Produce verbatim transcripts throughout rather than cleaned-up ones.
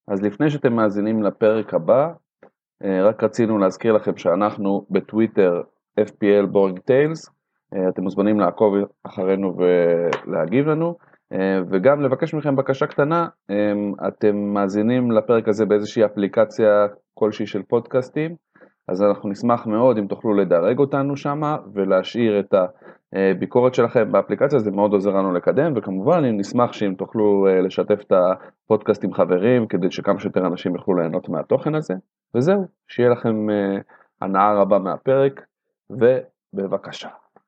אז לפני שאתם מאזינים לפרק הבא, רק רצינו להזכיר לכם שאנחנו בטוויטר אף פי אל Boring Tales, אתם מוזמנים לעקוב אחרינו ולהגיב לנו, וגם לבקש מכם בקשה קטנה, אתם מאזינים לפרק הזה באיזושהי אפליקציה כלשהי של פודקאסטים, אז אנחנו נשמח מאוד אם תוכלו לדרג אותנו שמה ולהשאיר את הביקורת שלכם באפליקציה, זה מאוד עוזר לנו לקדם, וכמובן נשמח שאם תוכלו לשתף את הפודקאסט עם חברים, כדי שכמה שיותר אנשים יוכלו ליהנות מהתוכן הזה, וזהו, שיהיה לכם הנאה רבה מהפרק, ובבקשה.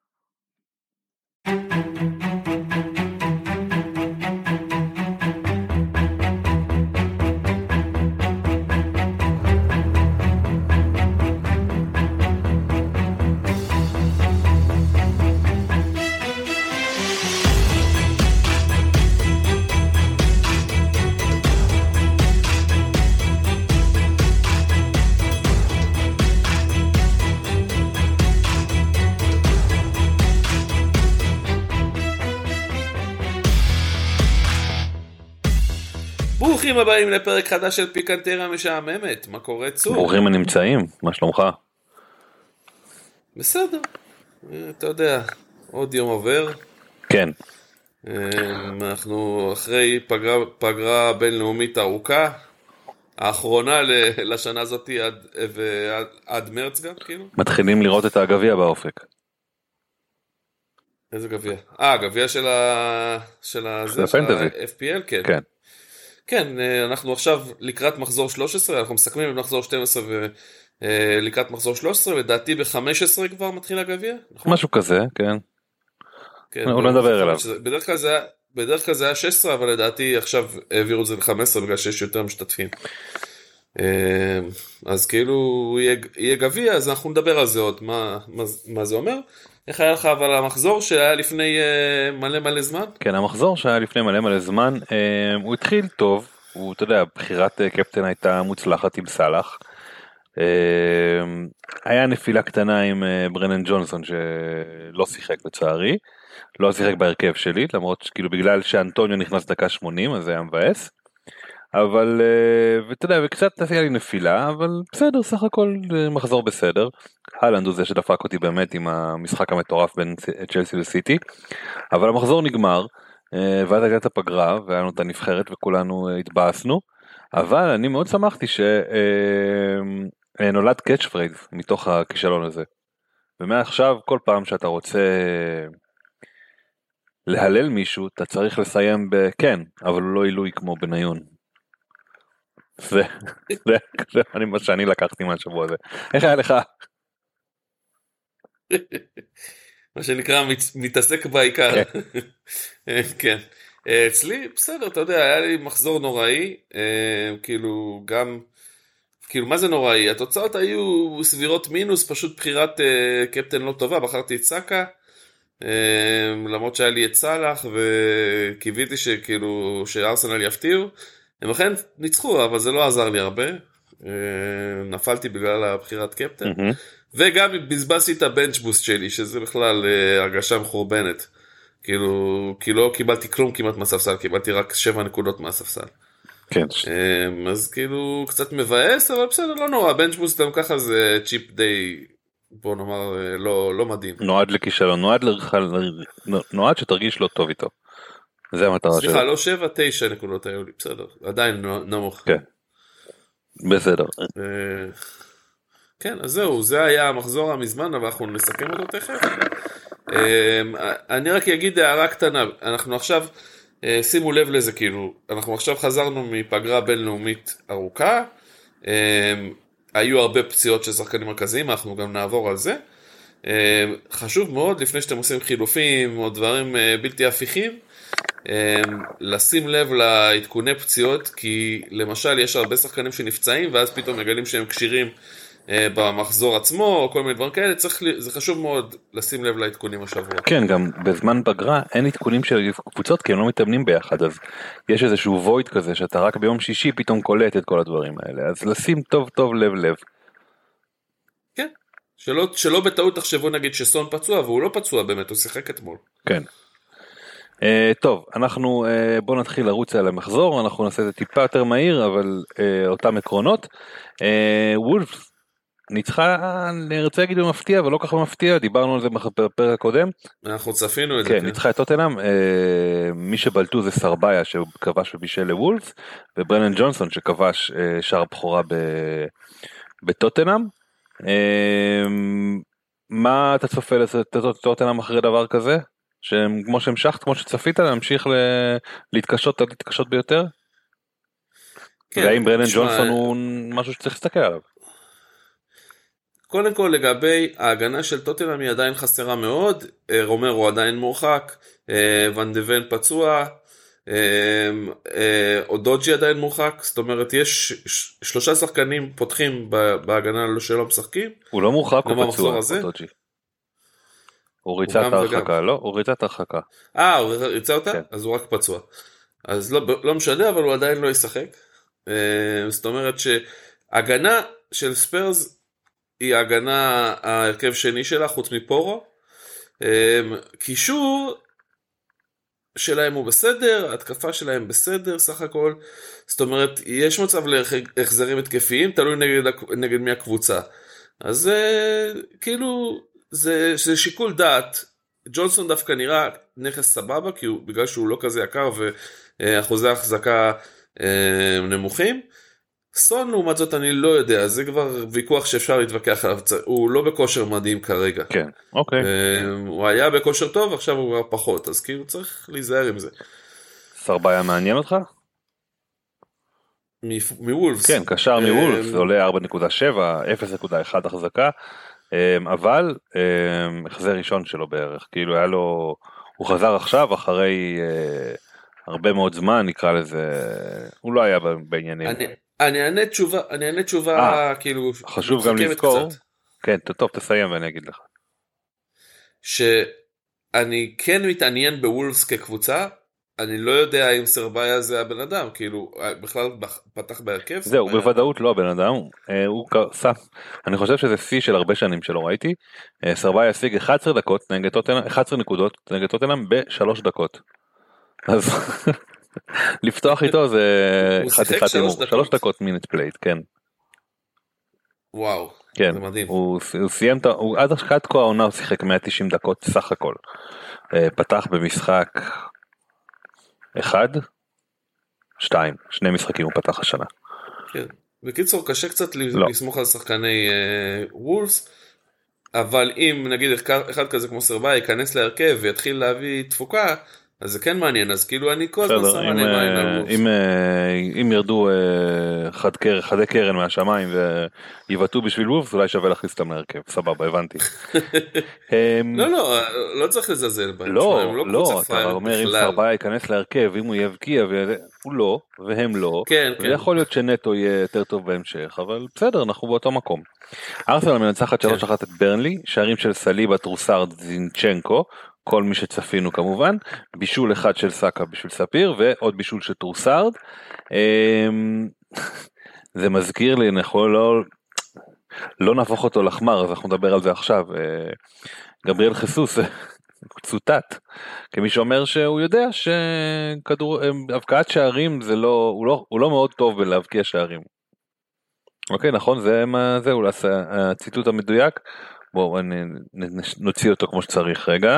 ברוכים הבאים לפרק חדש של פיקנטריה משעממת. מה קורה צור? ברוכים הנמצאים, מה שלומך? בסדר, אתה יודע, עוד יום עובר. כן. אנחנו אחרי פגרה, פגרה בינלאומית ארוכה, האחרונה לשנה הזאת עד, ועד, עד מרץ גם, כאילו. מתחילים לראות את הגביע באופק. איזה גביע? אה, גביע של ה... של ה... של הפנטזי. אף פי אל, כן. כן. כן, אנחנו עכשיו לקראת מחזור שלוש עשרה, אנחנו מסכמים במחזור שתים עשרה ולקראת מחזור שלוש עשרה, לדעתי ב-חמש עשרה כבר מתחיל הגביע. משהו כזה, כן. כן, הוא לא נדבר אליו. בדרך כלל זה, בדרך כלל זה היה שש עשרה, אבל לדעתי עכשיו העבירו את זה ל-חמש עשרה בגלל שיש יותר משתתפים. אז כאילו יהיה, יהיה גביע, אז אנחנו נדבר על זה עוד, מה, מה, מה זה אומר. איך היה לך אבל המחזור שהיה לפני uh, מלא מלא זמן? כן, המחזור שהיה לפני מלא מלא זמן, uh, הוא התחיל טוב, הוא, אתה יודע, בחירת uh, קפטן הייתה מוצלחת עם סלאח, uh, היה נפילה קטנה עם uh, ברנן ג'ונסון שלא שיחק לצערי, לא שיחק בהרכב שלי, למרות שכאילו בגלל שאנטוניו נכנס דקה שמונים, אז זה היה מבאס, אבל, uh, ואתה יודע, וקצת עשייה לי נפילה, אבל בסדר, סך הכל uh, מחזור בסדר. הלנד הוא זה שדפק אותי באמת עם המשחק המטורף בין צ'לסי לסיטי, אבל המחזור נגמר, uh, ואז הייתה את הפגרה, והיה לנו את הנבחרת וכולנו uh, התבאסנו, אבל אני מאוד שמחתי שנולד uh, קאץ' פרייז מתוך הכישלון הזה, ומעכשיו כל פעם שאתה רוצה להלל מישהו, אתה צריך לסיים בכן, אבל לא עילוי כמו בניון. זה, זה, זה אני, מה שאני לקחתי מהשבוע הזה. איך היה לך? מה שנקרא מתעסק בעיקר. כן. אצלי בסדר, אתה יודע, היה לי מחזור נוראי, כאילו גם, כאילו מה זה נוראי? התוצאות היו סבירות מינוס, פשוט בחירת קפטן לא טובה, בחרתי את סאקה, למרות שהיה לי את סלאח, וקיוויתי שכאילו שארסנל יפתיעו, הם אכן ניצחו, אבל זה לא עזר לי הרבה, נפלתי בגלל הבחירת קפטן, וגם בזבזתי את הבנץ' בוסט שלי, שזה בכלל הרגשה מחורבנת, כאילו, כי לא קיבלתי כלום כמעט מהספסל, קיבלתי רק שבע נקודות מהספסל. כן. אז כאילו קצת מבאס, אבל בסדר, לא נורא, בנץ' בוסט גם ככה זה צ'יפ די, בוא נאמר, לא, לא מדהים. נועד לכישלון, נועד, נועד שתרגיש לא טוב איתו. זה המטרה שלו. סליחה, לא שבע, תשע נקודות היו לי, בסדר, עדיין נמוך. כן, בסדר. כן, אז זהו, זה היה המחזור המזמן, אבל אנחנו נסכם אותו תכף. אני רק אגיד הערה קטנה, אנחנו עכשיו, שימו לב לזה, כאילו, אנחנו עכשיו חזרנו מפגרה בינלאומית ארוכה, היו הרבה פציעות של שחקנים מרכזיים, אנחנו גם נעבור על זה. חשוב מאוד, לפני שאתם עושים חילופים או דברים בלתי הפיכים, לשים לב לעדכוני פציעות, כי למשל יש הרבה שחקנים שנפצעים, ואז פתאום מגלים שהם קשירים במחזור עצמו, או כל מיני דברים כאלה, צריך, זה חשוב מאוד לשים לב לעדכונים השבוע. כן, גם בזמן פגרה אין עדכונים של קבוצות, כי הם לא מתאמנים ביחד, אז יש איזשהו וויד כזה, שאתה רק ביום שישי פתאום קולט את כל הדברים האלה, אז לשים טוב טוב לב לב. כן, שלא, שלא בטעות תחשבו נגיד שסון פצוע, והוא לא פצוע באמת, הוא שיחק אתמול. כן. טוב, אנחנו בוא נתחיל לרוץ על המחזור, אנחנו נעשה את זה טיפה יותר מהיר, אבל אותם עקרונות. וולפס ניצחה, אני רוצה להגיד במפתיע, אבל לא ככה במפתיע, דיברנו על זה בפרק הקודם. אנחנו צפינו את זה. כן, ניצחה את טוטנהאם, מי שבלטו זה סרביה שכבש ובישל לוולפס, וברנן ג'ונסון שכבש שער בכורה בטוטנהאם. מה אתה צופה לטוטנהאם אחרי דבר כזה? שכמו שהמשכת, כמו שצפית, להמשיך להתקשות, להתקשות ביותר? והאם ברנן ג'ונסון הוא משהו שצריך להסתכל עליו? קודם כל לגבי ההגנה של טוטנהאם היא עדיין חסרה מאוד, רומרו עדיין מורחק, ון דה ון פצוע, אודוג'י עדיין מורחק, זאת אומרת יש שלושה שחקנים פותחים בהגנה שלא משחקים. הוא לא מורחק, הוא פצוע, אודוג'י. הוא ריצה את ההרחקה, לא? הוא ריצה את ההרחקה. אה, הוא ריצה אותה? אז הוא רק פצוע. אז לא משנה, אבל הוא עדיין לא ישחק. זאת אומרת שהגנה של ספרס היא ההגנה ההרכב שני שלה, חוץ מפורו. קישור שלהם הוא בסדר, התקפה שלהם בסדר, סך הכל. זאת אומרת, יש מצב להחזרים התקפיים, תלוי נגד, נגד מי הקבוצה. אז כאילו, זה, זה שיקול דעת. ג'ונסון דווקא נראה נכס סבבה, כי הוא, בגלל שהוא לא כזה יקר, ואחוזי ההחזקה נמוכים. סון לעומת זאת אני לא יודע, זה כבר ויכוח שאפשר להתווכח עליו, הוא לא בכושר מדהים כרגע. כן, אוקיי. הוא היה בכושר טוב, עכשיו הוא כבר פחות, אז כאילו צריך להיזהר עם זה. סרביה מעניין אותך? מוולפס. כן, קשר מוולפס, זה עולה ארבע נקודה שבע, אפס נקודה אחת החזקה, אבל החזר ראשון שלו בערך, כאילו היה לו, הוא חזר עכשיו אחרי הרבה מאוד זמן, נקרא לזה, הוא לא היה בעניינים. אני אענה תשובה, אני אענה תשובה, כאילו, חשוב גם לזכור, כן, טוב, תסיים ואני אגיד לך. שאני כן מתעניין בוולפס כקבוצה, אני לא יודע אם סרביה זה הבן אדם, כאילו, בכלל פתח בהרכב. זהו, בוודאות לא הבן אדם, הוא שם, אני חושב שזה שיא של הרבה שנים שלא ראיתי, סרביה השיג אחת עשרה דקות, אחת עשרה נקודות, נגד טוטנהאם בשלוש דקות. אז לפתוח איתו זה חתיכת הימור, שלוש דקות מינט פלייט, כן. וואו, כן, זה מדהים. הוא סיים, הוא עד כה העונה הוא שיחק מאה ותשעים דקות סך הכל. פתח במשחק אחד, שתיים, שני משחקים הוא פתח השנה. כן, בקיצור קשה קצת לסמוך על שחקני וולפס, אבל אם נגיד אחד כזה כמו סרביה ייכנס להרכב ויתחיל להביא תפוקה, אז זה כן מעניין, אז כאילו אני כל הזמן שם עליהם מעניין על וולפס. אם ירדו חדי קרן מהשמיים ויבטאו בשביל וולפס, אולי שווה להכניס אותם להרכב, סבבה, הבנתי. לא, לא, לא צריך לזלזל בהם. לא, לא, אתה אומר אם סרביה ייכנס להרכב, אם הוא יבקיע, הוא לא, והם לא, ויכול להיות שנטו יהיה יותר טוב בהמשך, אבל בסדר, אנחנו באותו מקום. ארסנל מנצחת שלוש אחת את ברנלי, שערים של סליבה, טרוסארד, זינצ'נקו, כל מי שצפינו כמובן, בישול אחד של סאקה בשביל ספיר, ועוד בישול של טרוסארד. זה מזכיר לי, אנחנו לא, לא נהפוך אותו לחמר, אז אנחנו נדבר על זה עכשיו. גבריאל חסוס צוטט, כמי שאומר שהוא יודע שכדור, הבקעת שערים זה לא, הוא לא, הוא לא מאוד טוב בלהבקיע שערים. אוקיי, נכון, זה מה זה, אולי הציטוט המדויק. בואו נוציא אותו כמו שצריך רגע.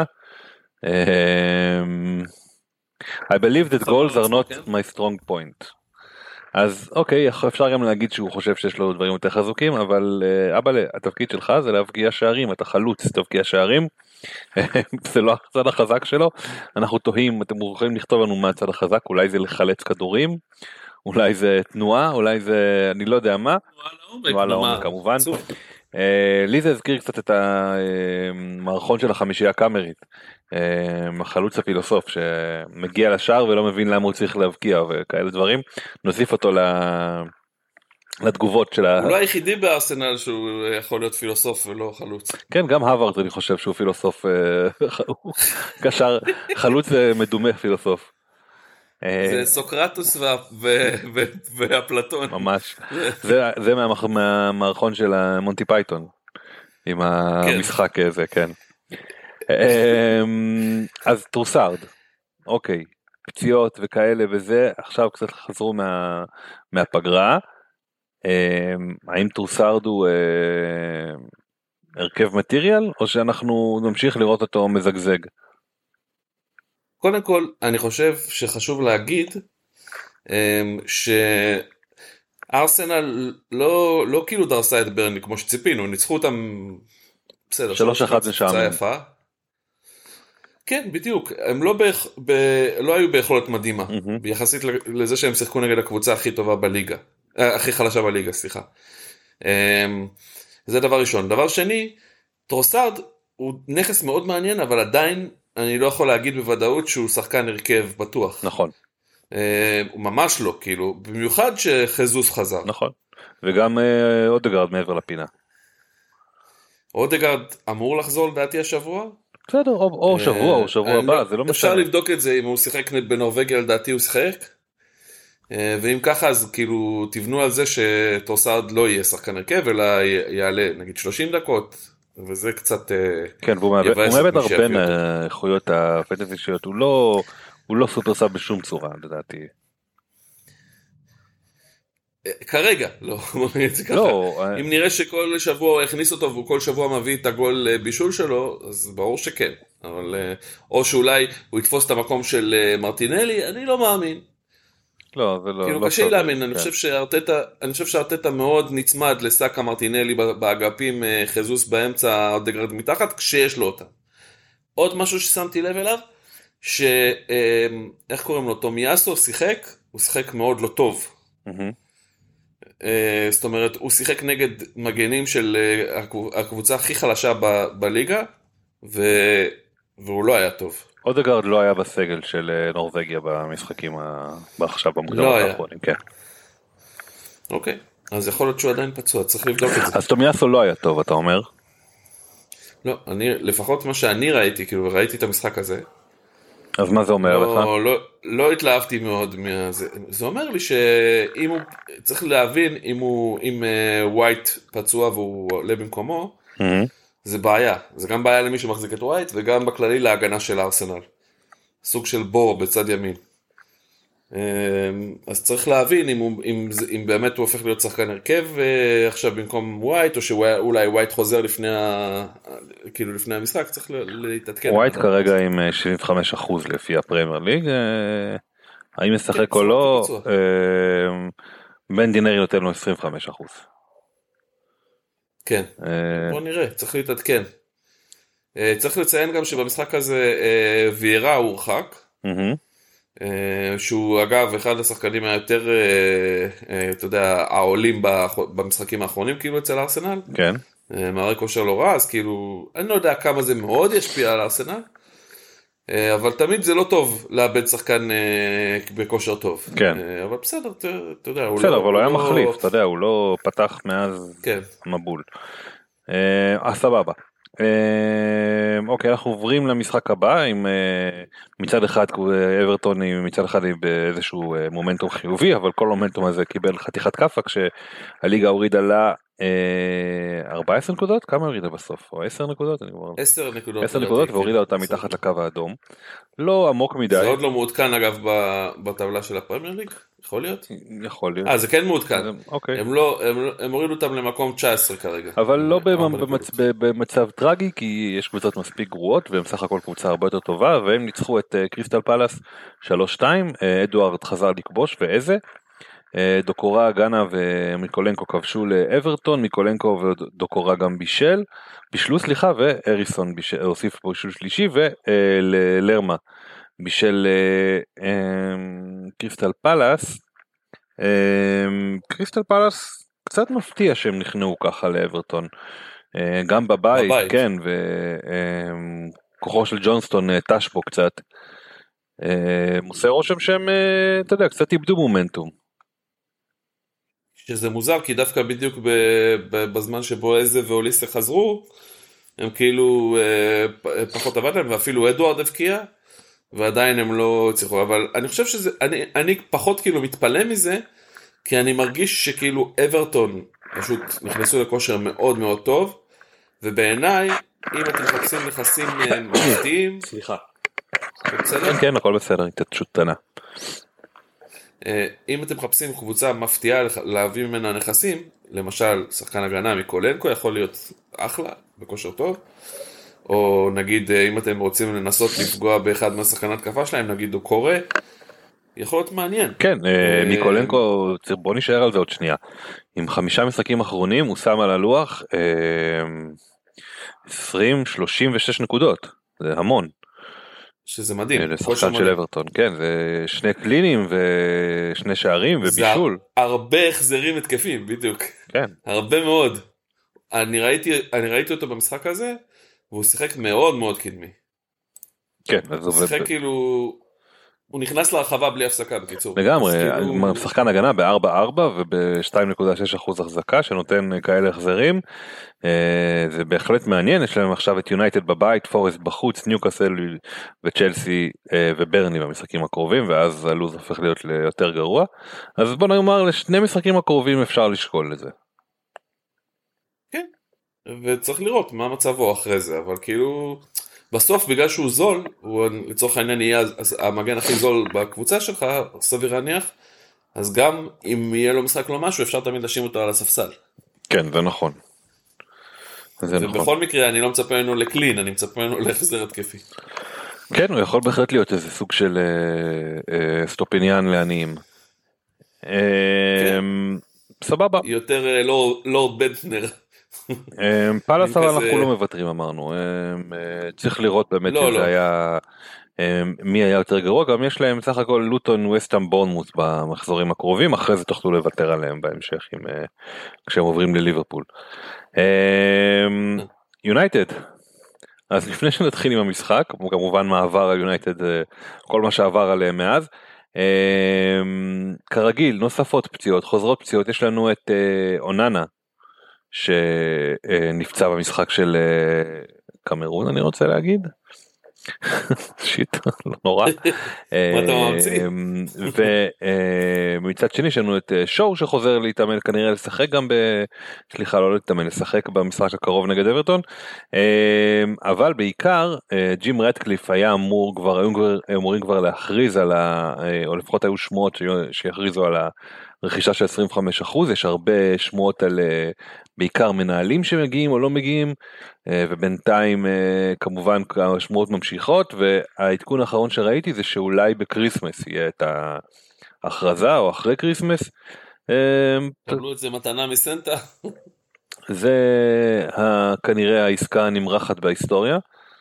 I believe that goals are not my strong point. אז אוקיי, אפשר גם להגיד שהוא חושב שיש לו דברים יותר חזוקים, אבל אבל התפקיד שלך זה להבקיע שערים, אתה חלוץ, תבקיע שערים. זה לא הצד החזק שלו. אנחנו תוהים, אתם יכולים לכתוב לנו מה הצד החזק, אולי זה לחלץ כדורים, אולי זה תנועה, אולי זה אני לא יודע מה. תנועה לעומק כמובן. לי זה הזכיר קצת את המערכון של החמישייה הקאמרית, החלוץ הפילוסוף שמגיע לשער ולא מבין למה הוא צריך להבקיע וכאלה דברים, נוסיף אותו לתגובות של ה... הוא לא היחידי בארסנל שהוא יכול להיות פילוסוף ולא חלוץ. כן, גם הווארד אני חושב שהוא פילוסוף, קשר, חלוץ מדומה פילוסוף. זה סוקרטוס והפלטון. ממש. זה מהמערכון של מונטי פייתון, עם המשחק הזה, כן. אז טרוסארד, אוקיי, פציעות וכאלה וזה, עכשיו קצת חזרו מה, מהפגרה, האם טרוסארד הוא הרכב מטריאל, או שאנחנו נמשיך לראות אותו מזגזג? קודם כל, אני חושב שחשוב להגיד, שארסנל לא, לא כאילו דרסה את ברנלי כמו שציפינו, ניצחו אותם, בסדר, שלוש אחת משעמם. כן, בדיוק, הם לא, באח... ב... לא היו ביכולת מדהימה, mm-hmm. ביחסית לזה שהם שיחקו נגד הקבוצה הכי טובה בליגה, הכי חלשה בליגה, סליחה. זה דבר ראשון. דבר שני, טרוסארד הוא נכס מאוד מעניין, אבל עדיין אני לא יכול להגיד בוודאות שהוא שחקן הרכב בטוח. נכון. הוא ממש לא, כאילו, במיוחד שחזוס חזר. נכון, וגם אודגרד מעבר לפינה. אודגרד אמור לחזור לדעתי השבוע? בסדר, או, או שבוע או שבוע הבא, זה לא משנה. אפשר לבדוק את זה, אם הוא שיחק בנורווגיה, לדעתי הוא שיחק, ואם ככה, אז כאילו תבנו על זה שטרוסארד לא יהיה שחקן הרכב, אלא יעלה נגיד שלושים דקות, וזה קצת... כן, והוא מאבד הרבה מהאיכויות הפנטזיות, הוא לא, הוא לא סופר סאב בשום צורה, לדעתי. כרגע, לא, לא, אם נראה שכל שבוע הוא הכניס אותו והוא כל שבוע מביא את הגול בישול שלו, אז ברור שכן, אבל, או שאולי הוא יתפוס את המקום של מרטינלי, אני לא מאמין. לא, זה לא, כאילו לא קשה טוב, להאמין, כן. אני חושב שארטטה, אני חושב שארטטה מאוד נצמד לסאקה מרטינלי באגפים, חזוס באמצע, אודגרד מתחת, כשיש לו אותה. עוד משהו ששמתי לב אליו, ש, איך קוראים לו, תומיאסו שיחק, הוא שיחק מאוד לא טוב. זאת אומרת, הוא שיחק נגד מגנים של הקבוצה הכי חלשה בליגה, והוא לא היה טוב. אודגרד לא היה בסגל של נורווגיה במשחקים עכשיו במוקדמות האחרונים, כן. אוקיי, אז יכול להיות שהוא עדיין פצוע, צריך לבדוק את זה. אז תומיאסו לא היה טוב, אתה אומר? לא, אני, לפחות מה שאני ראיתי, כאילו ראיתי את המשחק הזה. אז מה זה אומר לא, לך? לא, לא התלהבתי מאוד מהזה. זה אומר לי שאם הוא, צריך להבין אם הוא, אם ווייט פצוע והוא עולה במקומו, mm-hmm. זה בעיה. זה גם בעיה למי שמחזיק את ווייט, וגם בכללי להגנה של ארסנל. סוג של בור בצד ימין. אז צריך להבין אם, הוא, אם, אם באמת הוא הופך להיות שחקן הרכב עכשיו במקום ווייט, או שאולי ווייט חוזר לפני, ה, כאילו לפני המשחק, צריך להתעדכן. ווייט כרגע עם שבעים וחמישה אחוז לפי הפרמייר ליג, האם משחק או לא, בן דינרי נותן לו עשרים וחמישה אחוז. כן, בוא נראה, צריך להתעדכן. צריך לציין גם שבמשחק הזה ויירה הורחק, שהוא אגב אחד השחקנים היותר, אתה יודע, העולים במשחקים האחרונים כאילו אצל ארסנל, כן. מערי כושר לא רע, אז כאילו, אני לא יודע כמה זה מאוד ישפיע על ארסנל, אבל תמיד זה לא טוב לאבד שחקן בכושר טוב. כן. אבל בסדר, אתה יודע, הוא בסדר, לא... אבל הוא היה מחליף, אתה יודע, הוא לא פתח מאז מבול. אה, סבבה. אוקיי, אנחנו עוברים למשחק הבא, עם מצד אחד אברטון היא מצד אחד היא באיזשהו מומנטום חיובי, אבל כל המומנטום הזה קיבל חתיכת כפה, כשהליגה הורידה לה ארבע עשרה נקודות, כמה הורידה בסוף? או עשר נקודות? עשר נקודות. עשר נקודות והורידה אותה מתחת לקו האדום. לא עמוק מדי. זה עוד לא מעודכן אגב בטבלה של הפרמייר ליג? יכול להיות? יכול להיות. אה, זה כן מעודכן. אוקיי. הם לא, הם הורידו אותם למקום תשע עשרה כרגע. אבל לא במצב טרגי, כי יש קבוצות מספיק גרועות, והם סך הכל קבוצה הרבה יותר טובה, והם ניצחו את קריסטל פלאס שלוש שתיים, אדוארד חזר לכבוש, ואיזה? דוקורה, גאנה ומיקולנקו כבשו לאברטון, מיקולנקו ודוקורה גם בישל, בישלו סליחה, ואריסון הוסיף פה בישול שלישי, ולרמה בישל קריסטל פלאס. קריסטל פלאס קצת מפתיע שהם נכנעו ככה לאברטון, גם בבית, בבית. כן, וכוחו של ג'ונסטון טש פה קצת, מוסר רושם שהם, אתה יודע, קצת איבדו מומנטום. שזה מוזר, כי דווקא בדיוק בזמן שבו איזה ואוליסה חזרו, הם כאילו פחות עבד להם, ואפילו אדוארד הבקיע, ועדיין הם לא הצליחו, אבל אני חושב שזה, אני, אני פחות כאילו מתפלא מזה, כי אני מרגיש שכאילו אברטון פשוט נכנסו לכושר מאוד מאוד טוב, ובעיניי, אם אתם מחפשים נכסים מפתיעים, סליחה, בסדר? כן, כן, הכל בסדר, התעטשות קטנה. אם אתם מחפשים קבוצה מפתיעה להביא ממנה נכסים, למשל שחקן הגנה מיקולנקו יכול להיות אחלה, בכושר טוב, או נגיד אם אתם רוצים לנסות לפגוע באחד מהשחקן התקפה שלהם, נגיד הוא קורא, יכול להיות מעניין. כן, ניקולנקו, בוא נשאר על זה עוד שנייה. עם חמישה משחקים אחרונים הוא שם על הלוח עשרים שלושים ושש נקודות, זה המון. שזה מדהים. לשחקן של אברטון, כן, זה שני קלינים ושני שערים ובישול. זה הרבה החזרים התקפים, בדיוק. כן. הרבה מאוד. אני ראיתי, אני ראיתי אותו במשחק הזה, והוא שיחק מאוד מאוד קדמי. כן. הוא שיחק כאילו, הוא נכנס להרחבה בלי הפסקה בקיצור. לגמרי, שחקן הגנה ב-ארבע ארבע וב-שתיים נקודה שש אחוז החזקה שנותן כאלה החזרים. זה בהחלט מעניין, יש להם עכשיו את יונייטד בבית, פורסט בחוץ, ניוקאסל וצ'לסי וברני במשחקים הקרובים, ואז הלוז הופך להיות ליותר גרוע. אז בוא נאמר, לשני משחקים הקרובים אפשר לשקול לזה. כן, וצריך לראות מה מצבו אחרי זה, אבל כאילו בסוף בגלל שהוא זול, הוא לצורך העניין יהיה המגן הכי זול בקבוצה שלך, סביר להניח, אז גם אם יהיה לו משחק לא משהו, אפשר תמיד להשאיר אותו על הספסל. כן, זה נכון. זה ובכל נכון. מקרה אני לא מצפה ממנו לקלין, אני מצפה ממנו להחזר התקפי. כן, הוא יכול בהחלט להיות איזה סוג של אה, אה, סטופיניאן לעניים. אה, כן. סבבה. יותר אה, לורד, לורד בנטנר. אה, פלס אבל כזה- אנחנו לא מוותרים אמרנו. אה, אה, צריך לראות באמת לא, שזה לא. היה, אה, מי היה יותר גרוע, גם יש להם סך הכל לוטון וסטהאם בורנמות' במחזורים הקרובים, אחרי זה תוכלו לוותר עליהם בהמשך עם, אה, כשהם עוברים לליברפול. יונייטד. אז לפני שנתחיל עם המשחק, כמובן מה עבר על יונייטד, כל מה שעבר עליהם מאז, כרגיל נוספות פציעות, חוזרות פציעות, יש לנו את אוננה שנפצע במשחק של קמרון, אני רוצה להגיד. שיט, לא נורא. מה אתה ממציא? ומצד שני יש לנו את שואו שחוזר להתאמן, כנראה לשחק גם ב... סליחה, לא להתאמן, לשחק במשחק הקרוב נגד אברטון, אבל בעיקר ג'ים רטקליף היה אמור כבר, היו אמורים כבר להכריז על ה... או לפחות היו שמועות שיכריזו על הרכישה של עשרים וחמישה אחוז, יש הרבה שמועות על בעיקר מנהלים שמגיעים או לא מגיעים, ובינתיים כמובן השמועות ממשיכות, והעדכון האחרון שראיתי זה שאולי בקריסמס יהיה את ההכרזה, או אחרי קריסמס. קבלו את זה מתנה מסנטה. זה כנראה העסקה הנמרחת בהיסטוריה.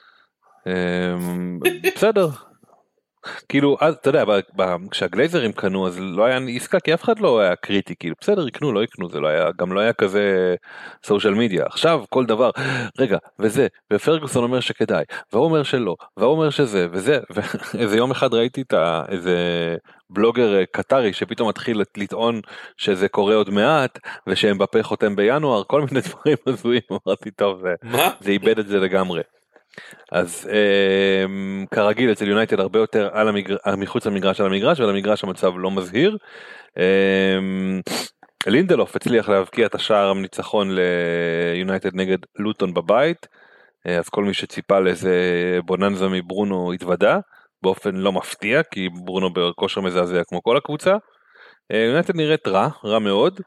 בסדר. כאילו, אז אתה יודע, כשהגלייזרים קנו, אז לא היה עסקה, כי אף אחד לא היה קריטי, כאילו, בסדר, יקנו, לא יקנו, זה לא היה, גם לא היה כזה סושיאל מדיה. עכשיו, כל דבר, רגע, וזה, ופרגוסון אומר שכדאי, והוא אומר שלא, והוא אומר שזה, וזה, ואיזה יום אחד ראיתי את איזה בלוגר קטרי, שפתאום מתחיל לטעון שזה קורה עוד מעט, ושהם בפה חותם בינואר, כל מיני דברים הזויים, אמרתי, טוב, זה, זה איבד את זה לגמרי. אז אה, כרגיל אצל יונייטד הרבה יותר על המגר... מחוץ למגרש על המגרש, ועל המגרש המצב לא מזהיר. אה, לינדלוף הצליח להבקיע את השער הניצחון ליונייטד נגד לוטון בבית, אה, אז כל מי שציפה לאיזה בוננזה מברונו התוודע, באופן לא מפתיע, כי ברונו בכושר מזעזע כמו כל הקבוצה. אה, יונייטד נראית רע, רע מאוד,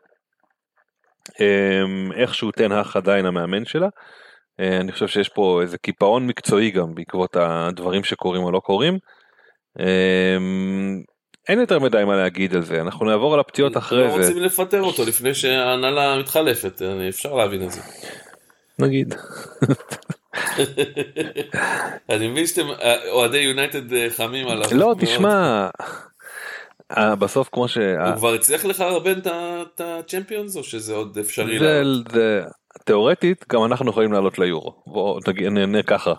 אה, איכשהו תנהך עדיין המאמן שלה, אני חושב שיש פה איזה קיפאון מקצועי גם בעקבות הדברים שקורים או לא קורים. אין יותר מדי מה להגיד על זה, אנחנו נעבור על הפציעות אחרי זה. לא רוצים לפטר אותו לפני שההנהלה מתחלפת, אפשר להבין את זה. נגיד. אני מבין שאתם אוהדי יונייטד חמים עליו. לא, תשמע, בסוף כמו ש... הוא כבר הצליח לך לרבן את הצ'מפיונס או שזה עוד אפשרי? זה... תיאורטית גם אנחנו יכולים לעלות ליורו, בואו נהנה ככה.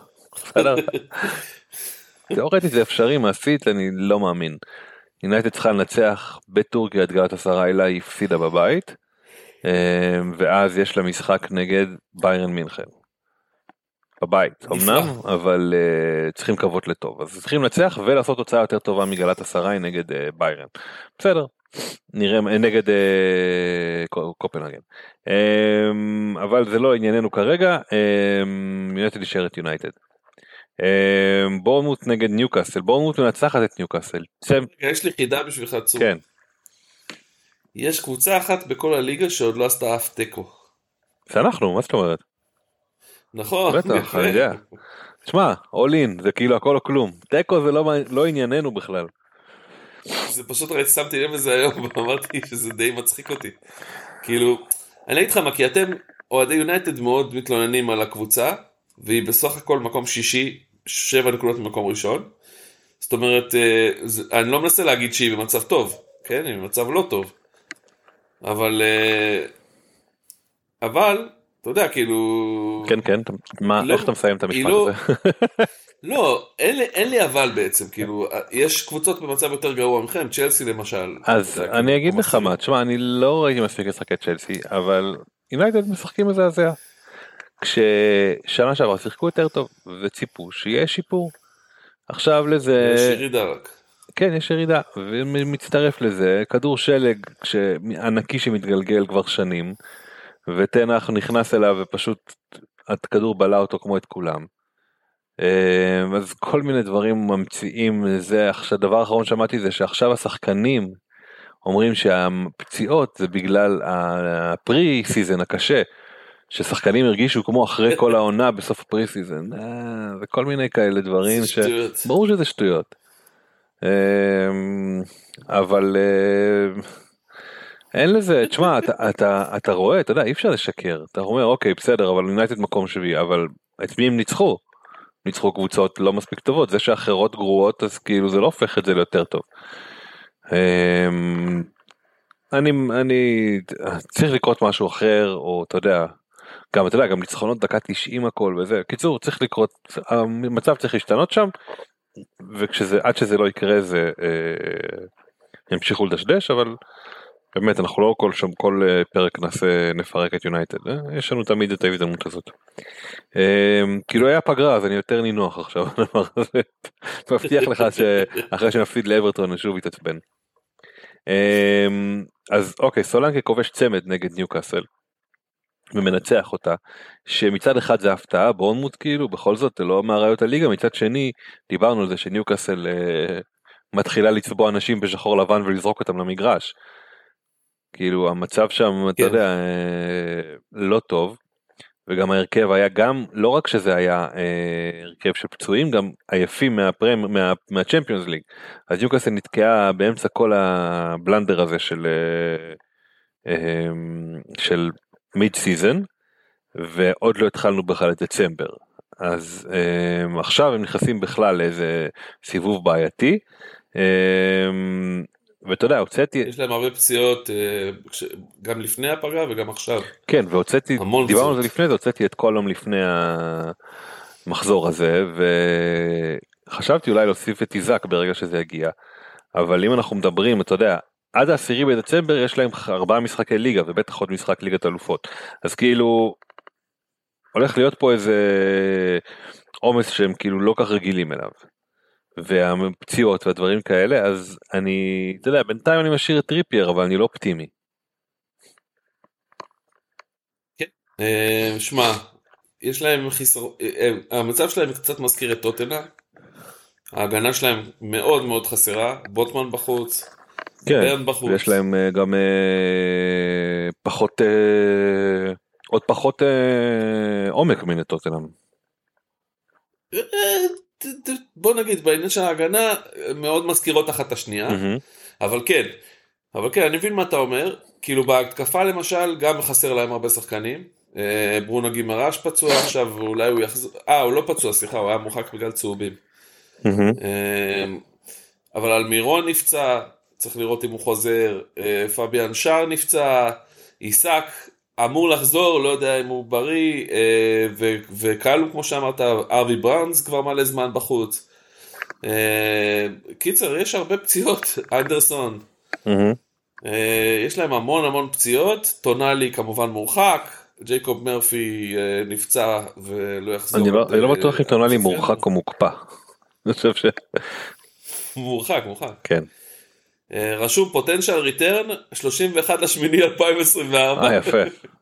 תיאורטית זה אפשרי, מעשית אני לא מאמין. יונייטד צריכה לנצח בטורקיה את גלאטסראי, לה היא הפסידה בבית, ואז יש לה משחק נגד ביירן מינכן. בבית, אמנם, אבל צריכים לקוות לטוב. אז צריכים לנצח ולעשות תוצאה יותר טובה מגלאטסראי נגד ביירן. בסדר. נראה נגד קופנהגן, אבל זה לא ענייננו כרגע. יונייטד נשארת יונייטד. בורנמוט נגד ניוקאסל, בורנמוט מנצחת את ניוקאסל. יש לי חידה בשבילך צור. כן. יש קבוצה אחת בכל הליגה שעוד לא עשתה אף תיקו. זה אנחנו, מה זאת אומרת? נכון. בטח, אני יודע. תשמע, all in, זה כאילו הכל או כלום. תיקו זה לא, לא ענייננו בכלל. זה פשוט ראיתי, שמתי לב לזה היום, ואמרתי שזה די מצחיק אותי. כאילו, אני אגיד לך מה, כי אתם, אוהדי יונייטד מאוד מתלוננים על הקבוצה, והיא בסך הכל מקום שישי, שבע נקודות ממקום ראשון. זאת אומרת, אני לא מנסה להגיד שהיא במצב טוב, כן? היא במצב לא טוב. אבל, אבל, אתה יודע, כאילו... כן, כן, מה, לא, איך אתה מסיים את המשפט לא, הזה? לא, אין לי, אין לי אבל בעצם, כאילו, יש קבוצות במצב יותר גרוע מכם, צ'לסי למשל. אז אני כאילו, אגיד לך מה, תשמע, אני לא ראיתי מספיק לשחק את צ'לסי, אבל יונייטד משחקים מזעזע. כששנה שעברה שיחקו יותר טוב, וציפו שיהיה שיפור. עכשיו לזה... יש ירידה רק. כן, יש ירידה, ומצטרף לזה, כדור שלג ענקי שמתגלגל כבר שנים, ותנח נכנס אליו ופשוט הכדור בלה אותו כמו את כולם. אז כל מיני דברים ממציאים, זה עכשיו, הדבר האחרון שמעתי זה שעכשיו השחקנים אומרים שהפציעות זה בגלל הפרי סיזן הקשה, ששחקנים הרגישו כמו אחרי כל העונה בסוף הפרי סיזן, וכל מיני כאלה דברים שברור שזה שטויות. אבל אין לזה, תשמע, אתה, אתה, אתה רואה, אתה יודע, אי אפשר לשקר, אתה אומר, אוקיי, בסדר, אבל יונייטד מקום שביעי, אבל את מי הם ניצחו? ניצחו קבוצות לא מספיק טובות, זה שאחרות גרועות, אז כאילו זה לא הופך את זה ליותר טוב. אני, אני צריך לקרות משהו אחר, או אתה יודע, גם אתה יודע, גם ניצחונות דקה תשעים הכל וזה, קיצור, צריך לקרות, המצב צריך להשתנות שם, וכשזה, עד שזה לא יקרה זה, אה, ימשיכו לדשדש, אבל באמת אנחנו לא כל שם, כל פרק נעשה, נפרק את יונייטד, אה? יש לנו תמיד את ההזדמנות הזאת. אה, כאילו היה פגרה, אז אני יותר נינוח עכשיו, מבטיח לך שאחרי שנפסיד לאברטון, שוב יתעצבן. אה, אז אוקיי, סולנקה כובש צמד נגד ניוקאסל. ומנצח אותה, שמצד אחד זה הפתעה, בורנמוט כאילו, בכל זאת, לא מהראיות הליגה, מצד שני, דיברנו על זה שניוקאסל אה, מתחילה לצבוע אנשים בשחור לבן ולזרוק אותם למגרש. כאילו, המצב שם, כן. אתה יודע, אה, לא טוב, וגם ההרכב היה גם, לא רק שזה היה אה, הרכב של פצועים, גם עייפים מהפרם, מה, מהצ'מפיונס ליג. אז ניוקאסל נתקעה באמצע כל הבלנדר הזה של, אה, אה, של מיד סיזן, ועוד לא התחלנו בכלל את דצמבר, אז um, עכשיו הם נכנסים בכלל לאיזה סיבוב בעייתי, um, ואתה יודע, הוצאתי... יש להם הרבה פציעות, uh, גם לפני הפגרה וגם עכשיו. כן, והוצאתי, דיברנו על זה לפני זה, הוצאתי את כל יום לפני המחזור הזה, וחשבתי אולי להוסיף את איזק ברגע שזה יגיע, אבל אם אנחנו מדברים, אתה יודע, עד העשירי בדצמבר יש להם ארבעה משחקי ליגה, ובטח עוד משחק ליגת אלופות. אז כאילו, הולך להיות פה איזה עומס שהם כאילו לא כך רגילים אליו. והפציעות והדברים כאלה, אז אני, אתה יודע, בינתיים אני משאיר את טריפייר, אבל אני לא אופטימי. כן, שמע, יש להם חיסרון, המצב שלהם קצת מזכיר את טוטנהאם, ההגנה שלהם מאוד מאוד חסרה, בוטמן בחוץ, כן, יש להם גם פחות, עוד פחות עומק מן טוטנהאם. בוא נגיד, בעניין של ההגנה מאוד מזכירות אחת השנייה, אבל כן, אבל כן, אני מבין מה אתה אומר, כאילו בהתקפה למשל גם חסר להם הרבה שחקנים, ברונו גימרש פצוע עכשיו, אולי הוא יחזור, אה, הוא לא פצוע, סליחה, הוא היה מורחק בגלל צהובים. אבל אלמירון נפצע, צריך לראות אם הוא חוזר, פביאן שר נפצע, איסק אמור לחזור, לא יודע אם הוא בריא, וקלו כמו שאמרת, ארווי בראונס כבר מלא זמן בחוץ. קיצר, יש הרבה פציעות, אנדרסון. יש להם המון המון פציעות, טונאלי כמובן מורחק, ג'ייקוב מרפי נפצע ולא יחזור. אני לא בטוח אם טונאלי מורחק או מוקפא. אני חושב ש... מורחק, מורחק. כן. רשום פוטנציאל ריטרן שלושים ואחד לשמיני אלפיים עשרים וארבע. אה, יפה.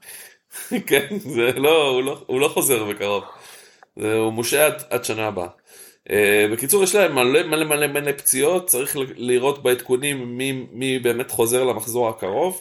כן, זה לא, הוא לא, הוא לא חוזר בקרוב. הוא מושע עד, עד שנה הבאה. בקיצור, יש להם מלא מלא מלא מלא פציעות, צריך לראות בעדכונים מי, מי באמת חוזר למחזור הקרוב.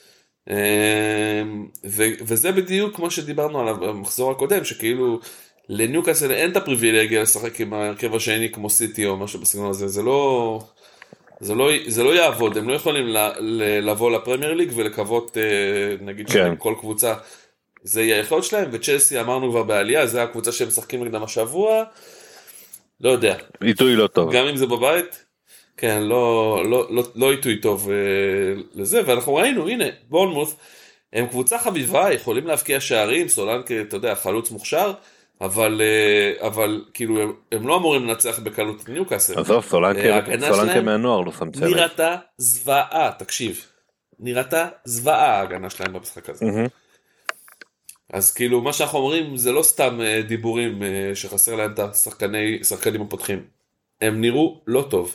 ו, וזה בדיוק כמו שדיברנו עליו במחזור הקודם, שכאילו לניוקאסל אין את הפריבילגיה לשחק עם ההרכב השני כמו סיטי או משהו בסגנון הזה, זה לא, זה לא, זה לא יעבוד, הם לא יכולים לבוא לפרמייר ליג ולקוות, נגיד שעם כל קבוצה, זה יהיה היכולת שלהם, וצ'לסי אמרנו כבר בעלייה, זה הקבוצה שהם משחקים נגדם השבוע, לא יודע. עיתוי לא טוב. גם אם זה בבית, כן, לא, לא, לא, לא עיתוי טוב אה, לזה, ואנחנו ראינו, הנה, בורנמות' הם קבוצה חביבה, יכולים להבקיע שערים, סולנקה, אתה יודע, חלוץ מוכשר, אבל, אה, אבל כאילו, הם, הם לא אמורים לנצח בקלות את ניוקאסל. עזוב, סולנקה, סולנקה מהנוער לא שם צוות. נראתה זוועה, תקשיב, נראתה זוועה ההגנה שלהם במשחק הזה. Mm-hmm. אז כאילו מה שאנחנו אומרים זה לא סתם דיבורים שחסר להם את השחקנים הפותחים, הם נראו לא טוב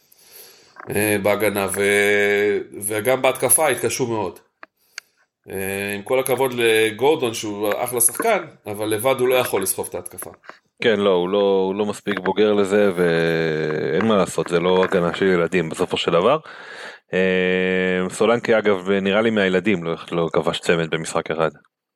בהגנה ו... וגם בהתקפה התקשו מאוד. עם כל הכבוד לגורדון שהוא אחלה שחקן, אבל לבד הוא לא יכול לסחוב את ההתקפה. כן, לא, הוא לא, הוא לא מספיק בוגר לזה ואין מה לעשות, זה לא הגנה של ילדים בסופו של דבר. סולנקה אגב נראה לי מהילדים לא, לא כבש צמד במשחק אחד.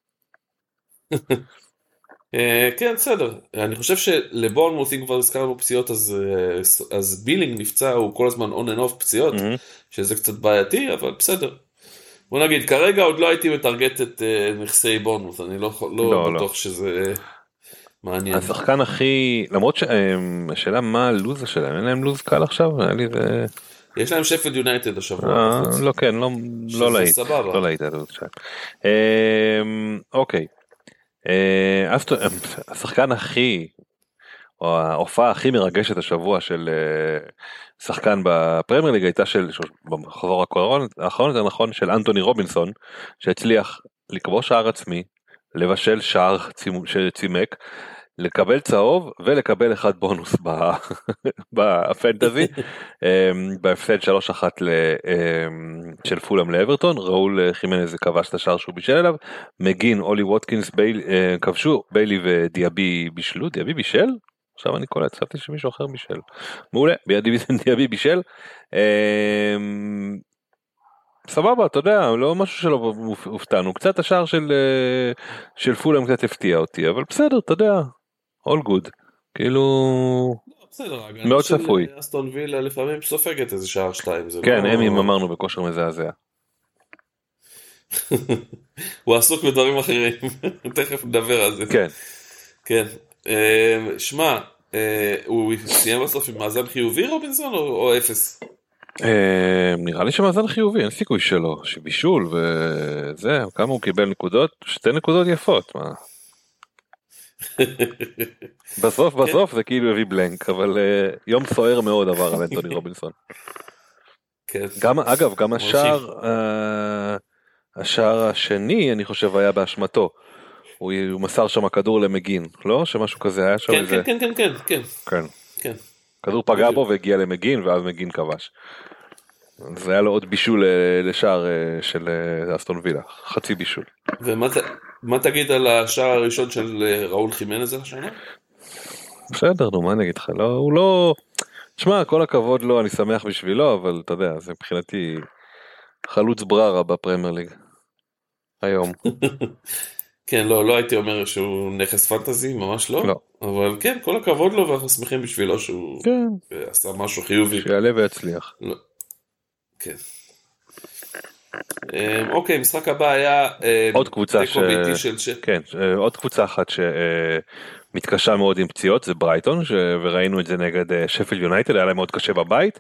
כן, בסדר. אני חושב שלבורנמות' אם כבר הזכרנו פציעות, אז, אז בילינג נפצע, הוא כל הזמן on and off פציעות, שזה קצת בעייתי, אבל בסדר. בוא נגיד, כרגע עוד לא הייתי מטרגט את נכסי בורנמות', אני לא, לא, לא בטוח לא. שזה מעניין. השחקן הכי, למרות שהשאלה מה הלוז שלהם, אין להם לוז קל עכשיו? לי זה... יש להם שפילד יונייטד השבוע. לא, כן, לא, לא להיט. לא להיט, אוקיי. השחקן הכי, או ההופעה הכי מרגשת השבוע של שחקן בפרמייר ליג הייתה של, בחזור האחרון יותר נכון, של אנטוני רובינסון, שהצליח לכבוש שער עצמי, לבשל שער שצימק, לקבל צהוב ולקבל אחד בונוס בפנטזי, בהפסד שלוש אחת של פולאם לאברטון, ראול חימנז כבש את השער שהוא בישל אליו, מגין, אולי ווטקינס כבשו, ביילי ודיאבי בישלו, דיאבי בישל? עכשיו אני קולט, חשבתי שמישהו אחר בישל. מעולה, דיאבי בישל. סבבה, אתה יודע, לא משהו שלא הופתענו, קצת השער של פולאם קצת הפתיע אותי, אבל בסדר, אתה יודע. all good, כאילו מאוד צפוי. אסטון וילה לפעמים סופגת איזה שער שתיים. כן, הם אמרנו בכושר מזעזע. הוא עסוק בדברים אחרים, תכף נדבר על זה. כן. כן. שמע, הוא סיים בסוף עם מאזן חיובי רובינסון או אפס? נראה לי שמאזן חיובי, אין סיכוי שלו, שבישול וזה, כמה הוא קיבל נקודות? שתי נקודות יפות, מה? בסוף בסוף זה כאילו הביא בלנק, אבל יום סוער מאוד עבר על אנטוני רובינסון. גם אגב גם השער השער השני אני חושב היה באשמתו, הוא מסר שם כדור למגין, לא? שמשהו כזה היה שם. כן כן כן כן כן כן, כדור פגע בו והגיע למגין ואז מגין כבש. זה היה לו עוד בישול לשער של אסטון וילה, חצי בישול. ומה תגיד על השער הראשון של ראול חימנז השנה? בסדר, נו, מה אני אגיד לך, לא, הוא לא, תשמע, כל הכבוד לו, אני שמח בשבילו, אבל אתה יודע, זה מבחינתי חלוץ בררה בפרמייר ליג, היום. כן, לא, לא הייתי אומר שהוא נכס פנטזי, ממש לא, לא. אבל כן, כל הכבוד לו, ואנחנו שמחים בשבילו שהוא כן. עשה משהו חיובי. שיעלה ויצליח. לא. כן. אוקיי, משחק הבא היה עוד קבוצה ש... של... כן, עוד קבוצה אחת שמתקשה מאוד עם פציעות, זה ברייטון, ש... וראינו את זה נגד שפילד יונייטד, היה להם מאוד קשה בבית.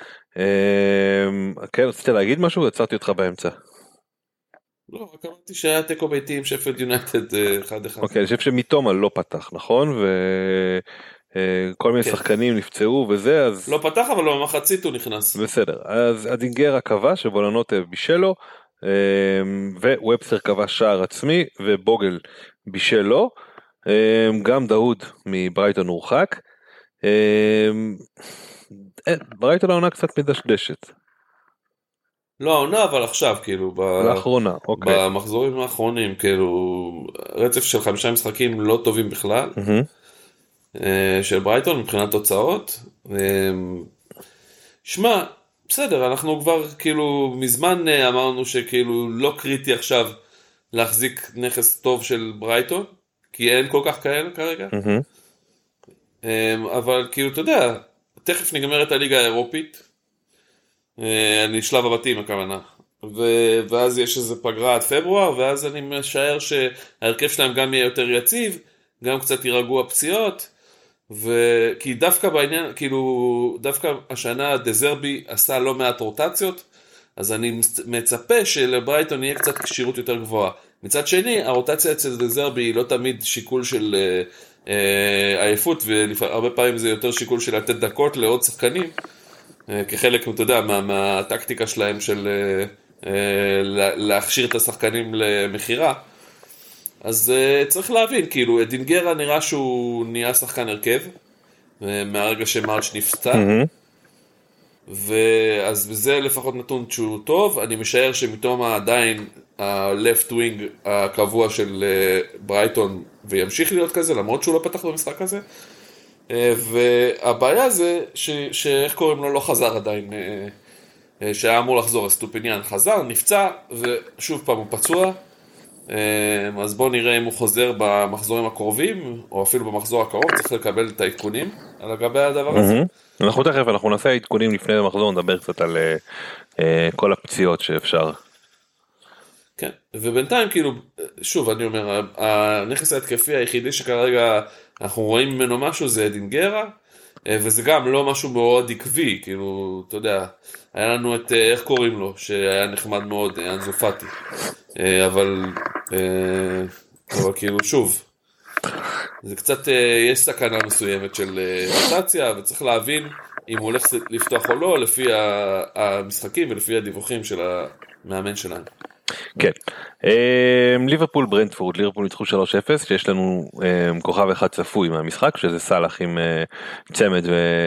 כן, רציתי להגיד משהו, עצרתי אותך באמצע. לא, רק אמרתי שהיה תיקו ביתי עם שפילד יונייטד אחד אחד. אוקיי, אני חושב שמיתומה לא פתח, נכון? ו... כל מיני שחקנים נפצעו וזה, אז... לא פתח, אבל במחצית הוא נכנס. בסדר, אז אדינגרה כבש, שבולנות בישלו, ווובסטר כבש שער עצמי, ובוגל בישלו, גם דאוד מברייטון הורחק. ברייטון העונה קצת מדשדשת. לא, העונה, אבל עכשיו, כאילו, לאחרונה, אוקיי. במחזורים האחרונים, כאילו, רצף של חמישה משחקים לא טובים בכלל. של ברייטון מבחינת תוצאות. שמע, בסדר, אנחנו כבר כאילו מזמן אמרנו שכאילו לא קריטי עכשיו להחזיק נכס טוב של ברייטון, כי אין כל כך כאלה כרגע. אבל כאילו אתה יודע, תכף נגמרת הליגה האירופית, אני שלב הבתים הכוונה, ואז יש איזה פגרה עד פברואר, ואז אני משער שההרכב שלהם גם יהיה יותר יציב, גם קצת יירגעו הפציעות, וכי דווקא בעניין, כאילו, דווקא השנה דזרבי עשה לא מעט רוטציות, אז אני מצפה שלברייטון יהיה קצת כשירות יותר גבוהה. מצד שני, הרוטציה אצל דזרבי היא לא תמיד שיקול של אה, עייפות, והרבה פעמים זה יותר שיקול של לתת דקות לעוד שחקנים, אה, כחלק, אתה יודע, מה, מהטקטיקה שלהם של אה, אה, להכשיר את השחקנים למחירה. אז uh, צריך להבין, כאילו, דינגרה נראה שהוא נהיה שחקן הרכב, uh, מהרגע שמרץ' נפצע, mm-hmm. ואז בזה לפחות נתון שהוא טוב, אני משער שמתום עדיין ה-left wing הקבוע של uh, ברייטון, וימשיך להיות כזה, למרות שהוא לא פתח במשחק הזה, uh, והבעיה זה, ש- שאיך קוראים לו, לא חזר עדיין, uh, uh, שהיה אמור לחזור, סטופיניאן חזר, נפצע, ושוב פעם הוא פצוע, אז בואו נראה אם הוא חוזר במחזורים הקרובים, או אפילו במחזור הקרוב, צריך לקבל את העדכונים על גבי הדבר הזה. אנחנו תכף, אנחנו נעשה עדכונים לפני המחזור, נדבר קצת על כל הפציעות שאפשר. כן, ובינתיים כאילו, שוב אני אומר, הנכס ההתקפי היחידי שכרגע אנחנו רואים ממנו משהו זה דינגרה, וזה גם לא משהו מאוד עקבי, כאילו, אתה יודע, היה לנו את, איך קוראים לו, שהיה נחמד מאוד, אנזו פאטי, אבל, אבל כאילו, שוב, זה קצת, יש סכנה מסוימת של רוטציה, וצריך להבין אם הוא הולך לפתוח או לא, לפי המשחקים ולפי הדיווחים של המאמן שלנו. כן, ליברפול ברנטפורד, ליברפול ניצחו שלוש אפס, שיש לנו כוכב אחד צפוי מהמשחק, שזה סלאח עם צמד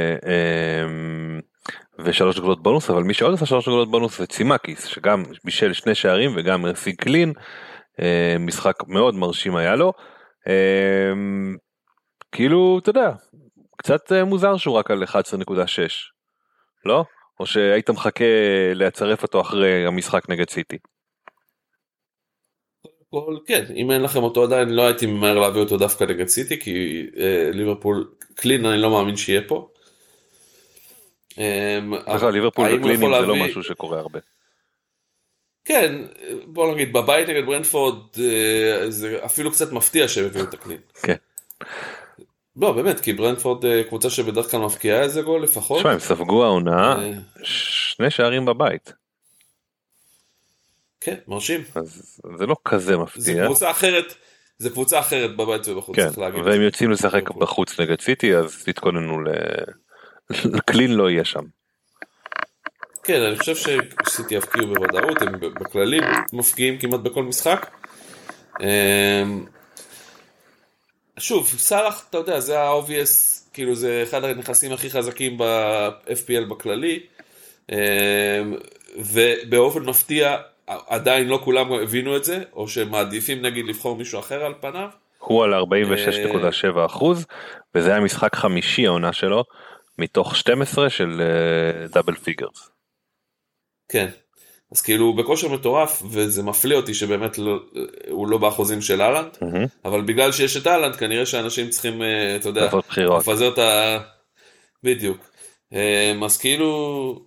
ושלוש נקודות בונוס, אבל מי שעוד עשה שלוש נקודות בונוס זה צימקיס, שגם בישל שני שערים וגם הרסיק קלין, משחק מאוד מרשים היה לו, כאילו אתה יודע, קצת מוזר שהוא רק על אחת עשרה נקודה שש, לא? או שהיית מחכה להצרף אותו אחרי המשחק נגד סיטי? כן, אם אין לכם אותו עדיין לא הייתי ממהר להביא אותו דווקא נגד סיטי, כי אה, ליברפול קלין אני לא מאמין שיהיה פה. בכלל ליברפול וקלינים זה לא משהו שקורה הרבה. כן, בוא נגיד בבית נגד ברנטפורד אה, זה אפילו קצת מפתיע שהם הביאו את הקלין. כן. לא באמת, כי ברנטפורד קבוצה שבדרך כלל מפקיעה איזה גול לפחות. תשמע, הם ספגו העונה שני שערים בבית. כן, מרשים. אז זה לא כזה מפתיע. זה קבוצה אחרת, זה קבוצה אחרת בבית ובחוץ, כן, והם יוצאים לשחק בחוץ נגד סיטי, אז תתכוננו ל... קלין לא יהיה שם. כן, אני חושב שסיטי יפקיעו בוודאות, הם בכללים מפקיעים כמעט בכל משחק. שוב, סלאח, אתה יודע, זה ה-obvious, כאילו זה אחד הנכסים הכי חזקים ב-אף פי אל בכללי, ובאופן מפתיע, עדיין לא כולם הבינו את זה, או שמעדיפים נגיד לבחור מישהו אחר על פניו. הוא על ארבעים ושש נקודה שבע אחוז, וזה היה משחק חמישי העונה שלו, מתוך שתים עשרה של דאבל פיגרס. כן, אז כאילו הוא בכושר מטורף, וזה מפליא אותי שבאמת לא, הוא לא באחוזים של אהלנד, mm-hmm. אבל בגלל שיש את אהלנד, כנראה שאנשים צריכים, אתה יודע, לפזר את ה... בדיוק. אז כאילו...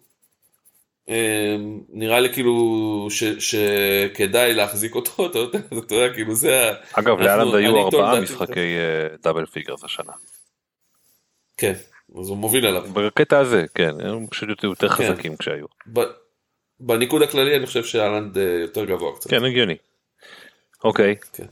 נראה לי כאילו ש, שכדאי להחזיק אותו, אתה יודע, אתה יודע, כאילו זה... אגב, לאלנד היו ארבעה משחקי דאבל פיגרס השנה. כן, אז הוא מוביל עליו. בקטע הזה, כן, הם פשוט יותר חזקים כשהיו. בניקוד הכללי אני חושב שאלנד יותר גבוה קצת. כן, הגיוני. אוקיי. כן.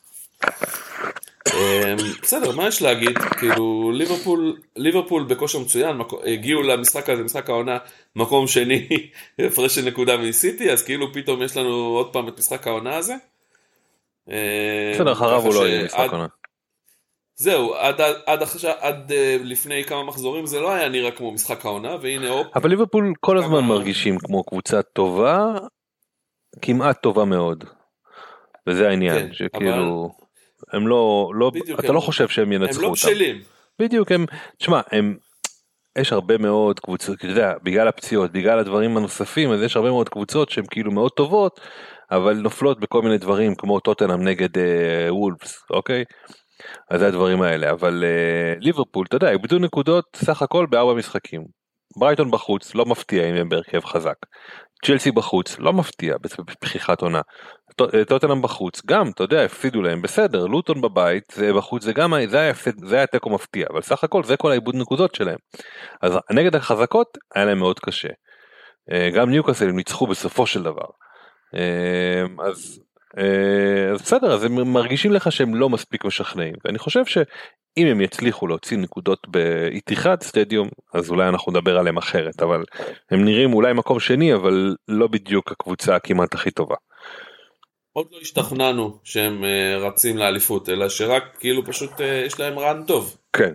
בסדר, מה יש להגיד? כאילו ליברפול, ליברפול בכושר מצוין, הגיעו למשחק הזה, משחק העונה, מקום שני, הפרש של נקודה מסיטי, אז כאילו פתאום יש לנו עוד פעם את משחק העונה הזה. בסדר, אחריו הוא לא יהיה משחק העונה. זהו, עד, עד, עכשיו, עד לפני כמה מחזורים זה לא היה נראה כמו משחק העונה, והנה אופ. אבל ליברפול כל הזמן כמה... מרגישים כמו קבוצה טובה, כמעט טובה מאוד. וזה העניין, כן, שכאילו... אבל... הם לא, לא, בדיוק, אתה הם, לא חושב שהם ינצחו אותם. הם לא בשלים. בדיוק, הם, תשמע, הם, יש הרבה מאוד קבוצות, אתה יודע, בגלל הפציעות, בגלל הדברים הנוספים, אז יש הרבה מאוד קבוצות שהן כאילו מאוד טובות, אבל נופלות בכל מיני דברים, כמו טוטנהאם נגד אה, וולפס, אוקיי? אז זה הדברים האלה, אבל אה, ליברפול, אתה יודע, איבדו נקודות סך הכל בארבע משחקים. ברייטון בחוץ, לא מפתיע אם הם בהרכב חזק. צ'לסי בחוץ, לא מפתיע בפחיחת עונה. טוטנהאם בחוץ, גם, אתה יודע, הפסידו להם, בסדר, לוטון בבית, זה בחוץ, זה גם, זה היה, זה היה תיקו מפתיע, אבל סך הכל זה כל האיבוד נקודות שלהם. אז נגד החזקות היה להם מאוד קשה. גם ניוקאסל הם ניצחו בסופו של דבר. אז, אז בסדר, אז הם מרגישים לך שהם לא מספיק משכנעים, ואני חושב שאם הם יצליחו להוציא נקודות באיתיחאד סטדיום, אז אולי אנחנו נדבר עליהם אחרת, אבל הם נראים אולי מקום שני, אבל לא בדיוק הקבוצה כמעט הכי טובה. עוד לא השתכנענו שהם רצים לאליפות, אלא שרק כאילו פשוט יש להם רן טוב. כן.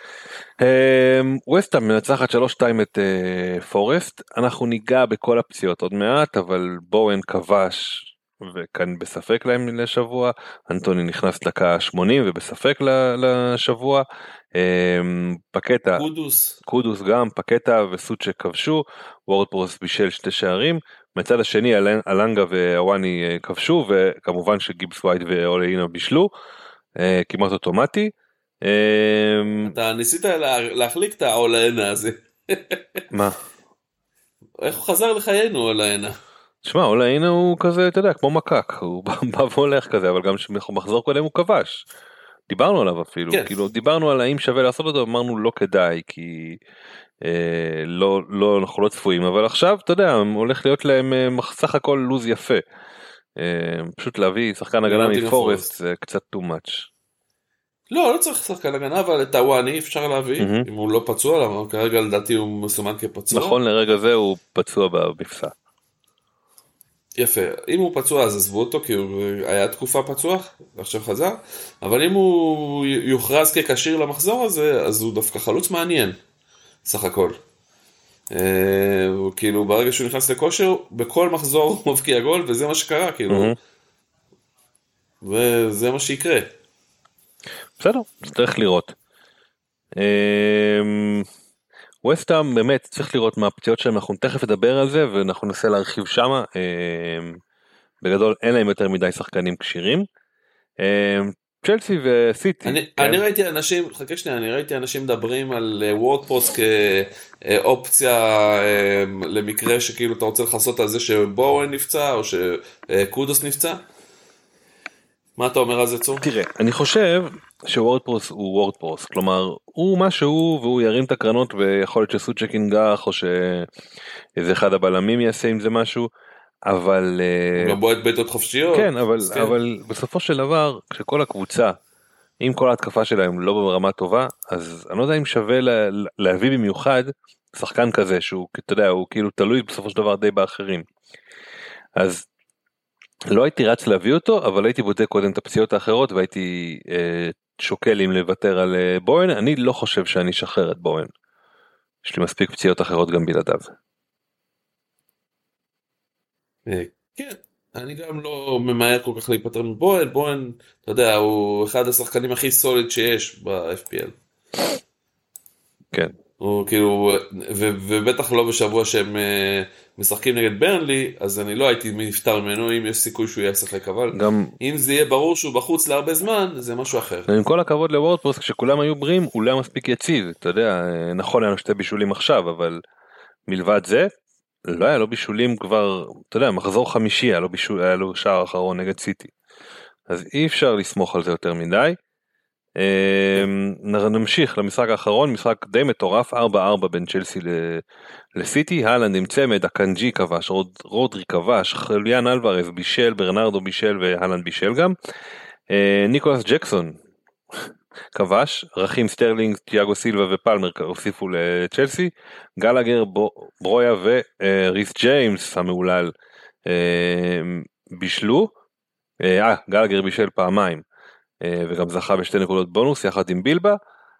ווסטהאם מנצחת שלוש שתיים את פורסט, אנחנו ניגע בכל הפציעות עוד מעט, אבל בואן כבש וכאן בספק להם לשבוע, אנטוני נכנס דקה שמונים ובספק לשבוע, פקטה, קודוס, קודוס גם, פקטה וסוצ'ה כבשו, וורדפרוס בישל שתי שערים, מצד השני אלנגה ואוואני כבשו, וכמובן שגיבס ווייט ואולאינה בישלו, כמעט אוטומטי. אתה ניסית להחליק את האולאינה הזה. מה? איך הוא חזר לחיינו אולאינה? תשמע, אולאינה הוא כזה, אתה יודע, כמו מקק, הוא בא והולך כזה, אבל גם מחזור קודם הוא כבש. דיברנו עליו אפילו, כן. כאילו דיברנו על האם שווה לעשות אותו, אמרנו לא כדאי, כי אה, לא, לא, אנחנו לא צפויים, אבל עכשיו, אתה יודע, הולך להיות להם אה, סך הכל לוז יפה. אה, פשוט להביא שחקן הגנה מפורסט, זה קצת too much. לא, לא צריך שחקן הגנה, אבל את הוואני אפשר להביא, mm-hmm. אם הוא לא פצוע, אבל כרגע לדעתי הוא מסומן כפצוע. נכון, לרגע זה הוא פצוע במפסע. יפה, אם הוא פצוע אז עזבו אותו, כי הוא היה תקופה פצוע, ועכשיו חזר, אבל אם הוא יוכרז כקשיר למחזור הזה, אז הוא דווקא חלוץ מעניין, סך הכל. הוא כאילו, ברגע שהוא נכנס לכושר, בכל מחזור הוא מבקיע גול, וזה מה שקרה, כאילו. וזה מה שיקרה. בסדר, צריך לראות. ווסטהאם באמת צריך לראות מה הפציעות שלהם, אנחנו תכף נדבר על זה ואנחנו ננסה להרחיב שמה, בגדול אין להם יותר מדי שחקנים קשירים. צ'לסי וסיטי. אני, כן. אני ראיתי אנשים, חכה שנייה, אני ראיתי אנשים מדברים על וורדפרוס כאופציה למקרה שכאילו אתה רוצה לחסות על זה שבואוין נפצע או שקודוס נפצע. מה אתה אומר על זה צור? תראה, אני חושב שוורדפרוס הוא וורדפרוס, כלומר הוא משהו והוא ירים את הקרנות ויכול להיות שסוצ'ק ינגח או שאיזה אחד הבלמים יעשה עם זה משהו, אבל... הוא גם בועט בעיטות חופשיות. כן, אבל, כן. אבל בסופו של דבר, כשכל הקבוצה, אם כל ההתקפה שלהם לא ברמה טובה, אז אני לא יודע אם שווה לה, להביא במיוחד שחקן כזה, שהוא, אתה יודע, הוא כאילו תלוי בסופו של דבר די באחרים. אז לא הייתי רץ להביא אותו, אבל הייתי בודק קודם את הפציעות האחרות, והייתי אה, שוקל אם לוותר על אה, בואן. אני לא חושב שאני אשחרר את בואן. יש לי מספיק פציעות אחרות גם בלעדיו. כן, אני גם לא ממהר כל כך להיפטר מבואן. בואן, אתה יודע, הוא אחד השחקנים הכי סוליד שיש ב-אף פי אל. כן. הוא כאילו, ו- ובטח לא בשבוע שהם משחקים נגד ברנלי, אז אני לא הייתי נפטר ממנו, אם יש סיכוי שהוא יהיה שחק, אבל גם... אם זה יהיה ברור שהוא בחוץ להרבה זמן, זה משהו אחר. עם כל הכבוד לוורדפרוס, כשכולם היו בריאים, הוא לא היה מספיק יציב, אתה יודע, נכון היה לו שתי בישולים עכשיו, אבל מלבד זה, לא היה לו בישולים כבר, אתה יודע, מחזור חמישי, היה לו, בישול, היה לו שער אחרון נגד סיטי, אז אי אפשר לסמוך על זה יותר מדי. נמשיך למשחק האחרון, משחק די מטורף, ארבע ארבע בין צ'לסי לסיטי, הלנד עם צמד, הקנג'י כבש, רודרי כבש, חוליאן אלוורז בישל, ברנרדו בישל והלנד בישל גם, ניקולס ג'קסון כבש, רכים סטרלינג, תיאגו סילבה ופלמר הוסיפו לצ'לסי, גלגר, ברויה וריס ג'יימס המעולל בישלו, אה, גלגר בישל פעמיים, וגם זכה בשתי נקודות בונוס יחד עם בילבה.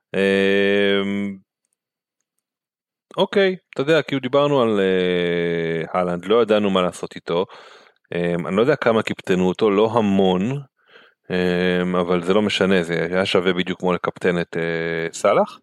אוקיי, אתה יודע, כאילו דיברנו על הלנד, לא ידענו מה לעשות איתו, אני לא יודע כמה קיפטנו אותו, לא המון, אבל זה לא משנה, זה היה שווה בדיוק כמו לקפטן את סלאח.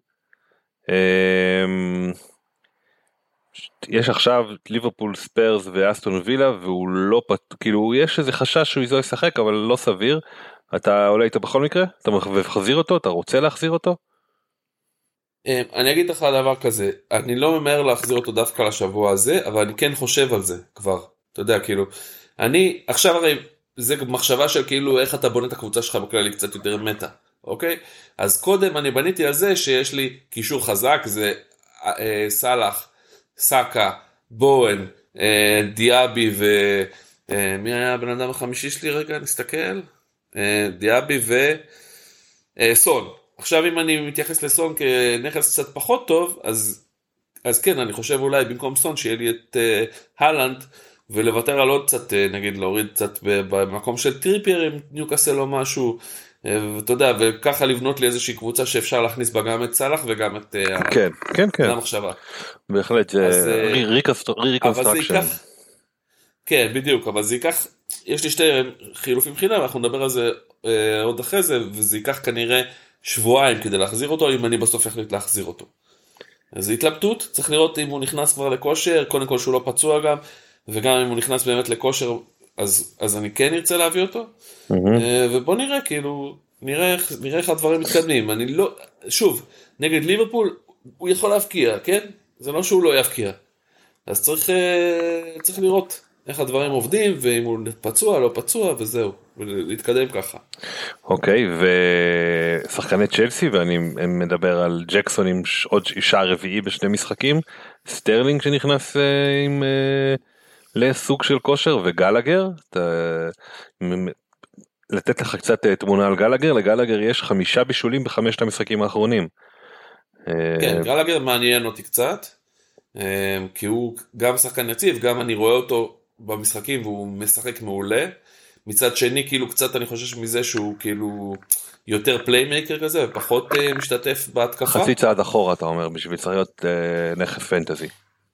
יש עכשיו ליברפול, ספרס ואסטון וילה, והוא לא, כאילו יש איזה חשש שהוא יזו ישחק, אבל לא סביר. אתה עולה איתו בכל מקרה? אתה מחזיר אותו? אתה רוצה להחזיר אותו? אני אגיד לך דבר כזה, אני לא ממהר להחזיר אותו דווקא לשבוע הזה, אבל אני כן חושב על זה כבר. אתה יודע, כאילו, אני, עכשיו הרי, זה מחשבה של כאילו איך אתה בונה את הקבוצה שלך בכללי קצת יותר מטה, אוקיי? אז קודם אני בניתי על זה שיש לי קישור חזק, זה אה, סלאח, סאקה, בואן, אה, דיאבי ו... אה, מי היה הבן אדם החמישי שלי רגע? נסתכל. אה, דיאבי ו... אה, סון. עכשיו אם אני מתייחס לסון כנכס קצת פחות טוב, אז, אז כן, אני חושב אולי במקום סון שיהיה לי את אה, הלנד, ולוותר על עוד קצת, נגיד להוריד קצת במקום של טריפייר עם ניוקאסל או משהו, ואתה יודע, וככה לבנות לי איזושהי קבוצה שאפשר להכניס בה גם את סלאח וגם את... כן, כן, כן. המחשבה. בהחלט, זה ריקונסטרקשן. כן, בדיוק, אבל זה ייקח, יש לי שתי חילופים חינם, אנחנו נדבר על זה עוד אחרי זה, וזה ייקח כנראה שבועיים כדי להחזיר אותו, אם אני בסוף יחליט להחזיר אותו. אז זה התלבטות, צריך לראות אם הוא נכנס כבר לכושר, קודם כל שהוא לא פצוע גם, וגם אם הוא נכנס באמת לכושר, אז, אז אני כן ארצה להביא אותו, mm-hmm. ובוא נראה, כאילו, נראה, נראה איך הדברים מתקדמים. אני לא, שוב, נגד ליברפול, הוא יכול להפקיע, כן? זה לא שהוא לא יפקיע. אז צריך, צריך לראות איך הדברים עובדים, ואם הוא פצוע, לא פצוע, וזהו, ולהתקדם ככה. אוקיי, ושחקני צ'לסי, ואני מדבר על ג'קסון עם עוד שער רביעי בשני משחקים, סטרלינג שנכנס עם... לסוג של כושר, וגלגר, לתת לך קצת תמונה על גלגר, לגלגר יש חמישה בישולים בחמשת המשחקים האחרונים. כן, גלגר מעניין אותי קצת, כי הוא גם שחקן יציב, גם אני רואה אותו במשחקים והוא משחק מעולה, מצד שני כאילו קצת אני חושש מזה שהוא כאילו יותר פליימייקר כזה, ופחות משתתף בהתקפה. חצי צעד אחורה אתה אומר, בשביל צריך להיות נכס פנטזי.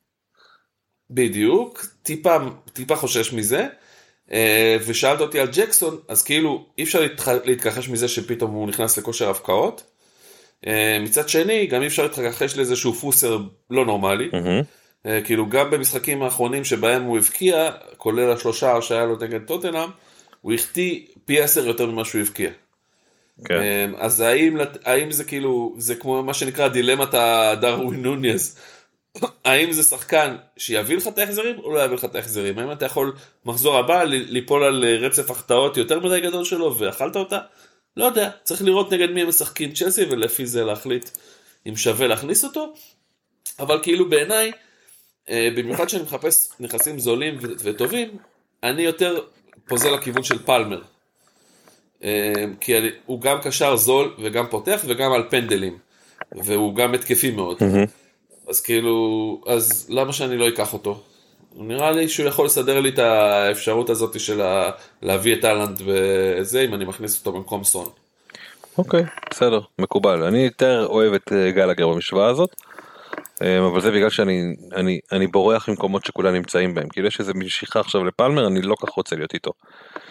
בדיוק, טיפה, טיפה חושש מזה, ושאלת אותי על ג'קסון, אז כאילו אי אפשר להתכחש מזה שפתאום הוא נכנס לכושר הפקעות, מצד שני גם אי אפשר להתכחש לאיזשהו פוסר לא נורמלי, mm-hmm. כאילו גם במשחקים האחרונים שבהם הוא הבקיע, כולל השלושה שהיה לו נגד טוטנהאם, הוא החטיא פי עשר יותר ממה שהוא הבקיע. Okay. אז האם, האם זה כאילו, זה כמו מה שנקרא דילמת הדרווין נוניז, האם זה שחקן שיביא לך את ההחזרים או לא יביא לך את ההחזרים? האם אתה יכול מחזור הבא ליפול על רצף החטאות יותר מדי גדול שלו ואכלת אותה? לא יודע, צריך לראות נגד מי הם משחקים צ'לסי ולפי זה להחליט אם שווה להכניס אותו. אבל כאילו בעיניי, במיוחד שאני מחפש נכסים זולים וטובים, אני יותר פוזל לכיוון של פלמר. כי הוא גם קשר זול וגם פותח וגם על פנדלים. והוא גם התקפי מאוד. אז כאילו, אז למה שאני לא אקח אותו? נראה לי שהוא יכול לסדר לי את האפשרות הזאת של להביא את הלנד וזה, אם אני מכניס אותו במקום סון. אוקיי, בסדר, מקובל. אני יותר אוהב את גלגר במשוואה הזאת, אבל זה בגלל שאני אני, אני בורח ממקומות שכולם נמצאים בהם. כאילו יש איזה משיכה עכשיו לפלמר, אני לא כך רוצה להיות איתו.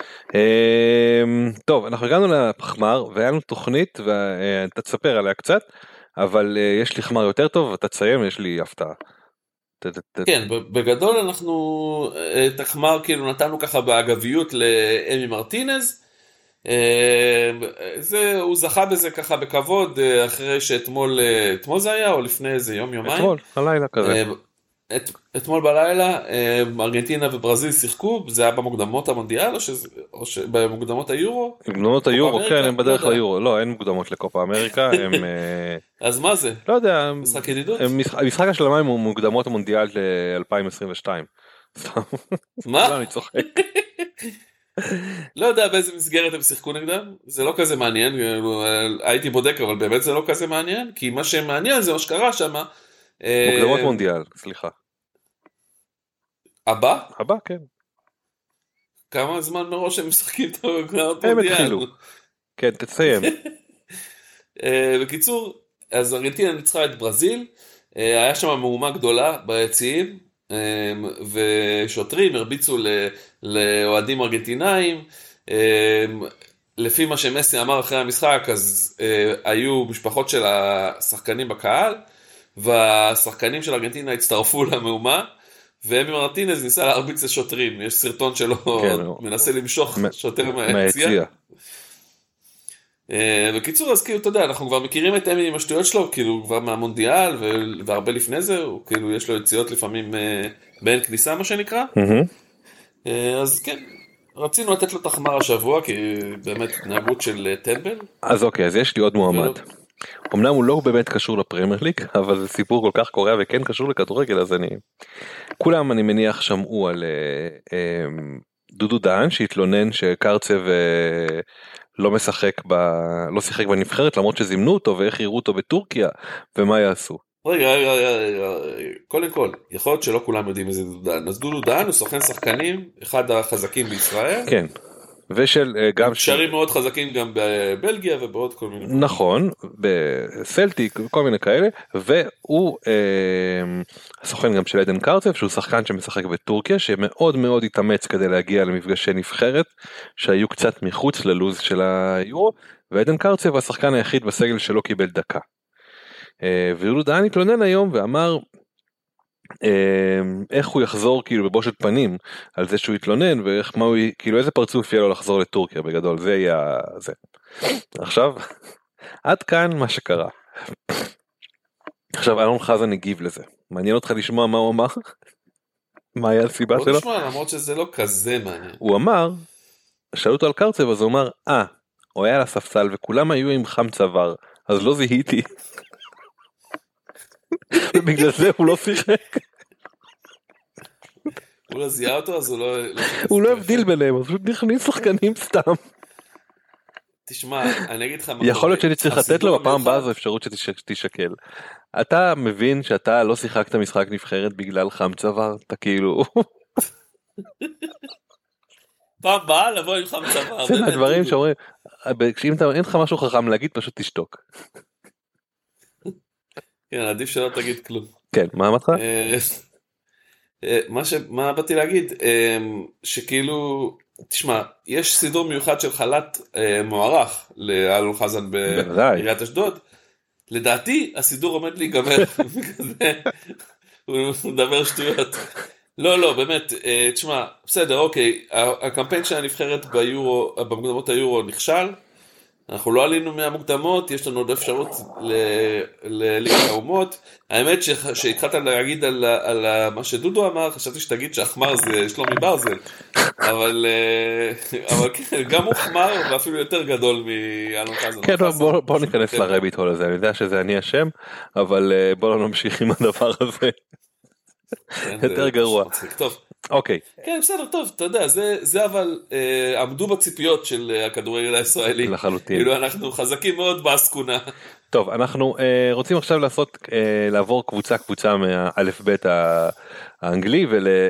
טוב, אנחנו הגענו לפחמר, והיה לנו תוכנית, ואתה תספר עליה קצת, אבל יש לי חמר יותר טוב, אתה תסיים, יש לי הפתעה. כן, בגדול אנחנו את החמר כאילו נתנו ככה באגביות לאמי מרטינז, זה, הוא זכה בזה ככה בכבוד, אחרי שאתמול, אתמול זה היה, או לפני איזה יום יומיים? אתמול, הלילה כזה. את, אתמול בלילה, ארגנטינה וברזיל שיחקו, זה היה במוקדמות המונדיאל, או, שזה, או במוקדמות היורו? במוקדמות היורו, כן, הם בדרך ליורו, לא, אין מוקדמות לקופה אמריקה, הם... אז מה זה? לא יודע, משחק ידידות? המשחק השלמה הוא מוקדמות המונדיאל ל-אלפיים עשרים ושתיים. מה? לא, אני צוחק. לא יודע באיזה מסגרת הם שיחקו נגדם, זה לא כזה מעניין, הייתי בודק, אבל באמת זה לא כזה מעניין, כי מה שמעניין זה מה שקרה שם. מוקדמות מונדיאל, סליחה. הבא? הבא, כן. כמה זמן מראש הם משחקים את המוקדמות מונדיאל? הם התחילו. כן, תסיים. בקיצור, אז ארגנטינה ניצחה את ברזיל, היה שם מהומה גדולה ביציעים, ושוטרים הרביצו לאוהדים ארגנטינאים, לפי מה שמסי אמר אחרי המשחק, אז אה, היו משפחות של השחקנים בקהל, והשחקנים של ארגנטינה הצטרפו למהומה, ואמי מרטינז ניסה להרביץ לשוטרים, יש סרטון שלו כן, מנסה למשוך מ- שוטר מהיציאה. בקיצור, אז כאילו, אתה יודע, אנחנו כבר מכירים את אמי עם השטויות שלו, כאילו, כבר מהמונדיאל, והרבה לפני זה, הוא כאילו, יש לו יציאות לפעמים בין כניסה, מה שנקרא. אז כן, רצינו לתת לו תחמר השבוע, כי באמת התנהגות של טמבל. אז אוקיי, אז יש לי עוד מועמד. אמנם הוא לא באמת קשור לפרמייר ליג, אבל זה סיפור כל כך קורע וכן קשור לכדורגל, אז אני... כולם, אני מניח, שמעו על דודו דהן, שהתלונן שקרצב לא משחק, ב... לא שיחק בנבחרת, למרות שזימנו אותו, ואיך יראו אותו בטורקיה, ומה יעשו. רגע, רגע, רגע, קודם כל, יכול להיות שלא כולם יודעים איזה דודו דהן. אז דודו דהן הוא סוכן שחקנים, אחד החזקים בישראל. כן. ושל גם קשרים ש... מאוד חזקים גם בבלגיה ובעוד כל מיני. נכון, בסלטיק וכל מיני כאלה, והוא אה, הסוכן גם של עדן קרצב, שהוא שחקן שמשחק בטורקיה, שמאוד מאוד התאמץ כדי להגיע למפגשי נבחרת, שהיו קצת מחוץ ללוז של היורו, ועדן קרצב השחקן היחיד בסגל שלא קיבל דקה. אה, ויולו דהן התלונן היום ואמר, איך הוא יחזור כאילו בבושת פנים על זה שהוא יתלונן, ואיך מה הוא, כאילו איזה פרצוף יהיה לו לחזור לטורקיה בגדול, זה יהיה זה. עכשיו, עד כאן מה שקרה. עכשיו אלון חזן הגיב לזה, מעניין אותך לשמוע מה הוא אמר? מה היה הסיבה שלו? בוא נשמע, למרות שזה לא כזה מעניין. הוא אמר, שאלו אותו על קרצב, אז הוא אמר, אה, הוא היה על הספסל וכולם היו עם חם צוואר, אז לא זיהיתי. ובגלל זה הוא לא שיחק. הוא לא זיהה אותו, אז הוא לא... הוא לא הבדיל ביניהם, אז הוא נכניס שחקנים סתם. תשמע, אני אגיד לך... יכול להיות שאני צריך לתת לו בפעם הבאה זו אפשרות שתשקל. אתה מבין שאתה לא שיחקת משחק נבחרת בגלל חם צוואר? אתה כאילו... פעם באה לבוא עם חם צוואר. זה מהדברים שאומרים, אם אין לך משהו חכם להגיד, פשוט תשתוק. כן, עדיף שלא תגיד כלום. כן, מה אמרת? מה ש... מה באתי להגיד? שכאילו, תשמע, יש סידור מיוחד של חל"ת מוערך לאלון חזן בעיריית אשדוד. לדעתי, הסידור עומד להיגמר. הוא מדבר שטויות. לא, לא, באמת, תשמע, בסדר, אוקיי, הקמפיין של הנבחרת ביורו, במוקדמות היורו נכשל. אנחנו לא עלינו מהמוקדמות, יש לנו עוד אפשרות לליגת האומות. האמת שהתחלת להגיד על, על מה שדודו אמר, חשבתי שתגיד שהחמר זה שלומי ברזל, אבל, אבל כן, גם הוא חמר ואפילו יותר גדול מאלון חזן. כן, בוא, בוא ניכנס לרביט הול הזה, אני יודע שזה אני השם, אבל בוא לא נמשיך עם הדבר הזה. יותר גרוע. טוב. אוקיי. כן, בסדר, טוב, אתה יודע, זה, זה אבל אה, עמדו בציפיות של הכדורגל הישראלי. לחלוטין. כאילו אנחנו חזקים מאוד בעסקונה. טוב, אנחנו אה, רוצים עכשיו לעשות, אה, לעבור קבוצה קבוצה מהאלף בית האנגלי,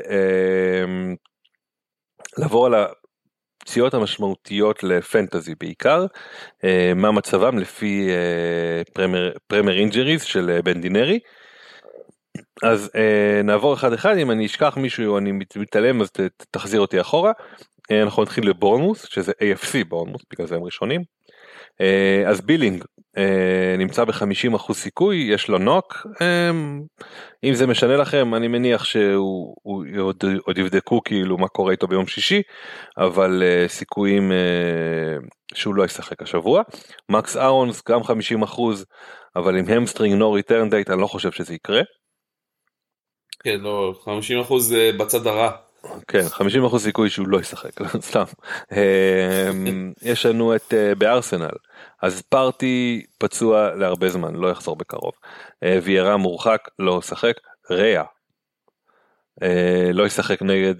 ולעבור על הפציעות המשמעותיות לפנטזי בעיקר, אה, מה מצבם לפי אה, פרמייר, פרמייר אינג'ריז של בן דינרי. אז אה, נעבור אחד אחד, אם אני אשכח מישהו או אני מתעלם אז ת, תחזיר אותי אחורה. אה, אנחנו נתחיל לבורנמוס, שזה איי אף סי בורנמוס, בגלל זה הם ראשונים. אה, אז בילינג אה, נמצא ב-חמישים אחוז סיכוי, יש לו נוק. אה, אם זה משנה לכם, אני מניח שהוא הוא, עוד, עוד יבדקו כאילו מה קורה איתו ביום שישי, אבל אה, סיכויים אה, שהוא לא ישחק השבוע. מקס ארונס גם חמישים אחוז, אבל עם המסטרינג נו ריטרן דייט, אני לא חושב שזה יקרה. כן, לא, חמישים אחוז בצד הרע. כן, חמישים אחוז סיכוי שהוא לא ישחק, סתם. יש לנו את בארסנל, אז פארטי פצוע להרבה זמן, לא יחזור בקרוב. ויירה מורחק, לא ישחק. ריאה לא ישחק נגד,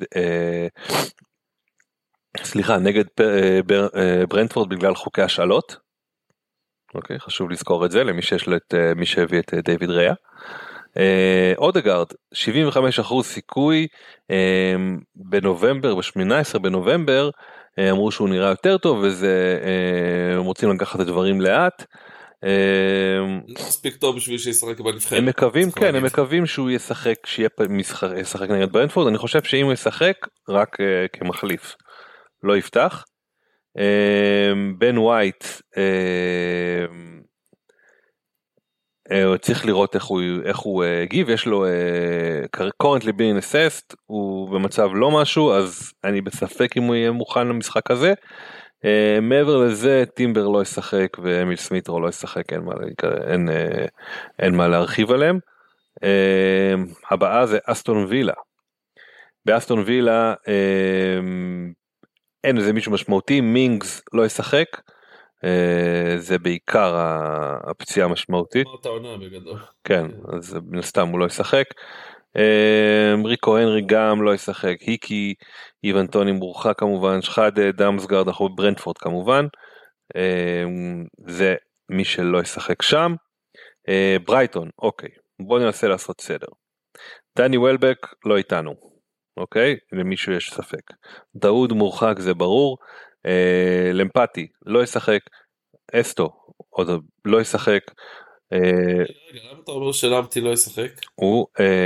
סליחה, נגד ברנטפורד בגלל חוקי השאלות. אוקיי, חשוב לזכור את זה, למי שיש לו את, מי שהביא את דיוויד ריאה. אודגארד, שבעים וחמישה אחוז סיכוי, בנובמבר, ב-שמונה עשרה בנובמבר, אמרו שהוא נראה יותר טוב, וזה, הם רוצים לקחת את הדברים לאט. לא מספיק טוב בשביל שישחק בנבחרת. הם מקווים, כן, הם מקווים שהוא ישחק, שישחק נגד ברנטפורד. אני חושב שאם הוא ישחק, רק כמחליף, לא יפתח. בן ווייט, צריך לראות איך הוא, איך הוא הגיב, יש לו currently being assessed, הוא במצב לא משהו, אז אני בספק אם הוא יהיה מוכן למשחק הזה. מעבר לזה, טימבר לא ישחק ואמיל סמית'רו לא ישחק, אין מה, אין, אין מה להרחיב עליהם. הבאה זה אסטון וילה. באסטון וילה אין איזה מישהו משמעותי, מינגס לא ישחק, זה בעיקר הפציעה המשמעותית. אמרת עונה בגדול. כן, אז סתם הוא לא ישחק. ריקו הנרי גם לא ישחק, היקי, איוון טוני מורחק כמובן, שחדה, דמסגרד, אנחנו ברנטפורד כמובן, זה מי שלא ישחק שם. ברייטון, אוקיי, בואו ננסה לעשות סדר. דני וולבק לא איתנו, אוקיי, למישהו יש ספק. דאוד מורחק זה ברור, למפתי לא ישחק, אסטו עוד לא ישחק. רגע, למה אתה אומר שלמתי לא ישחק? הוא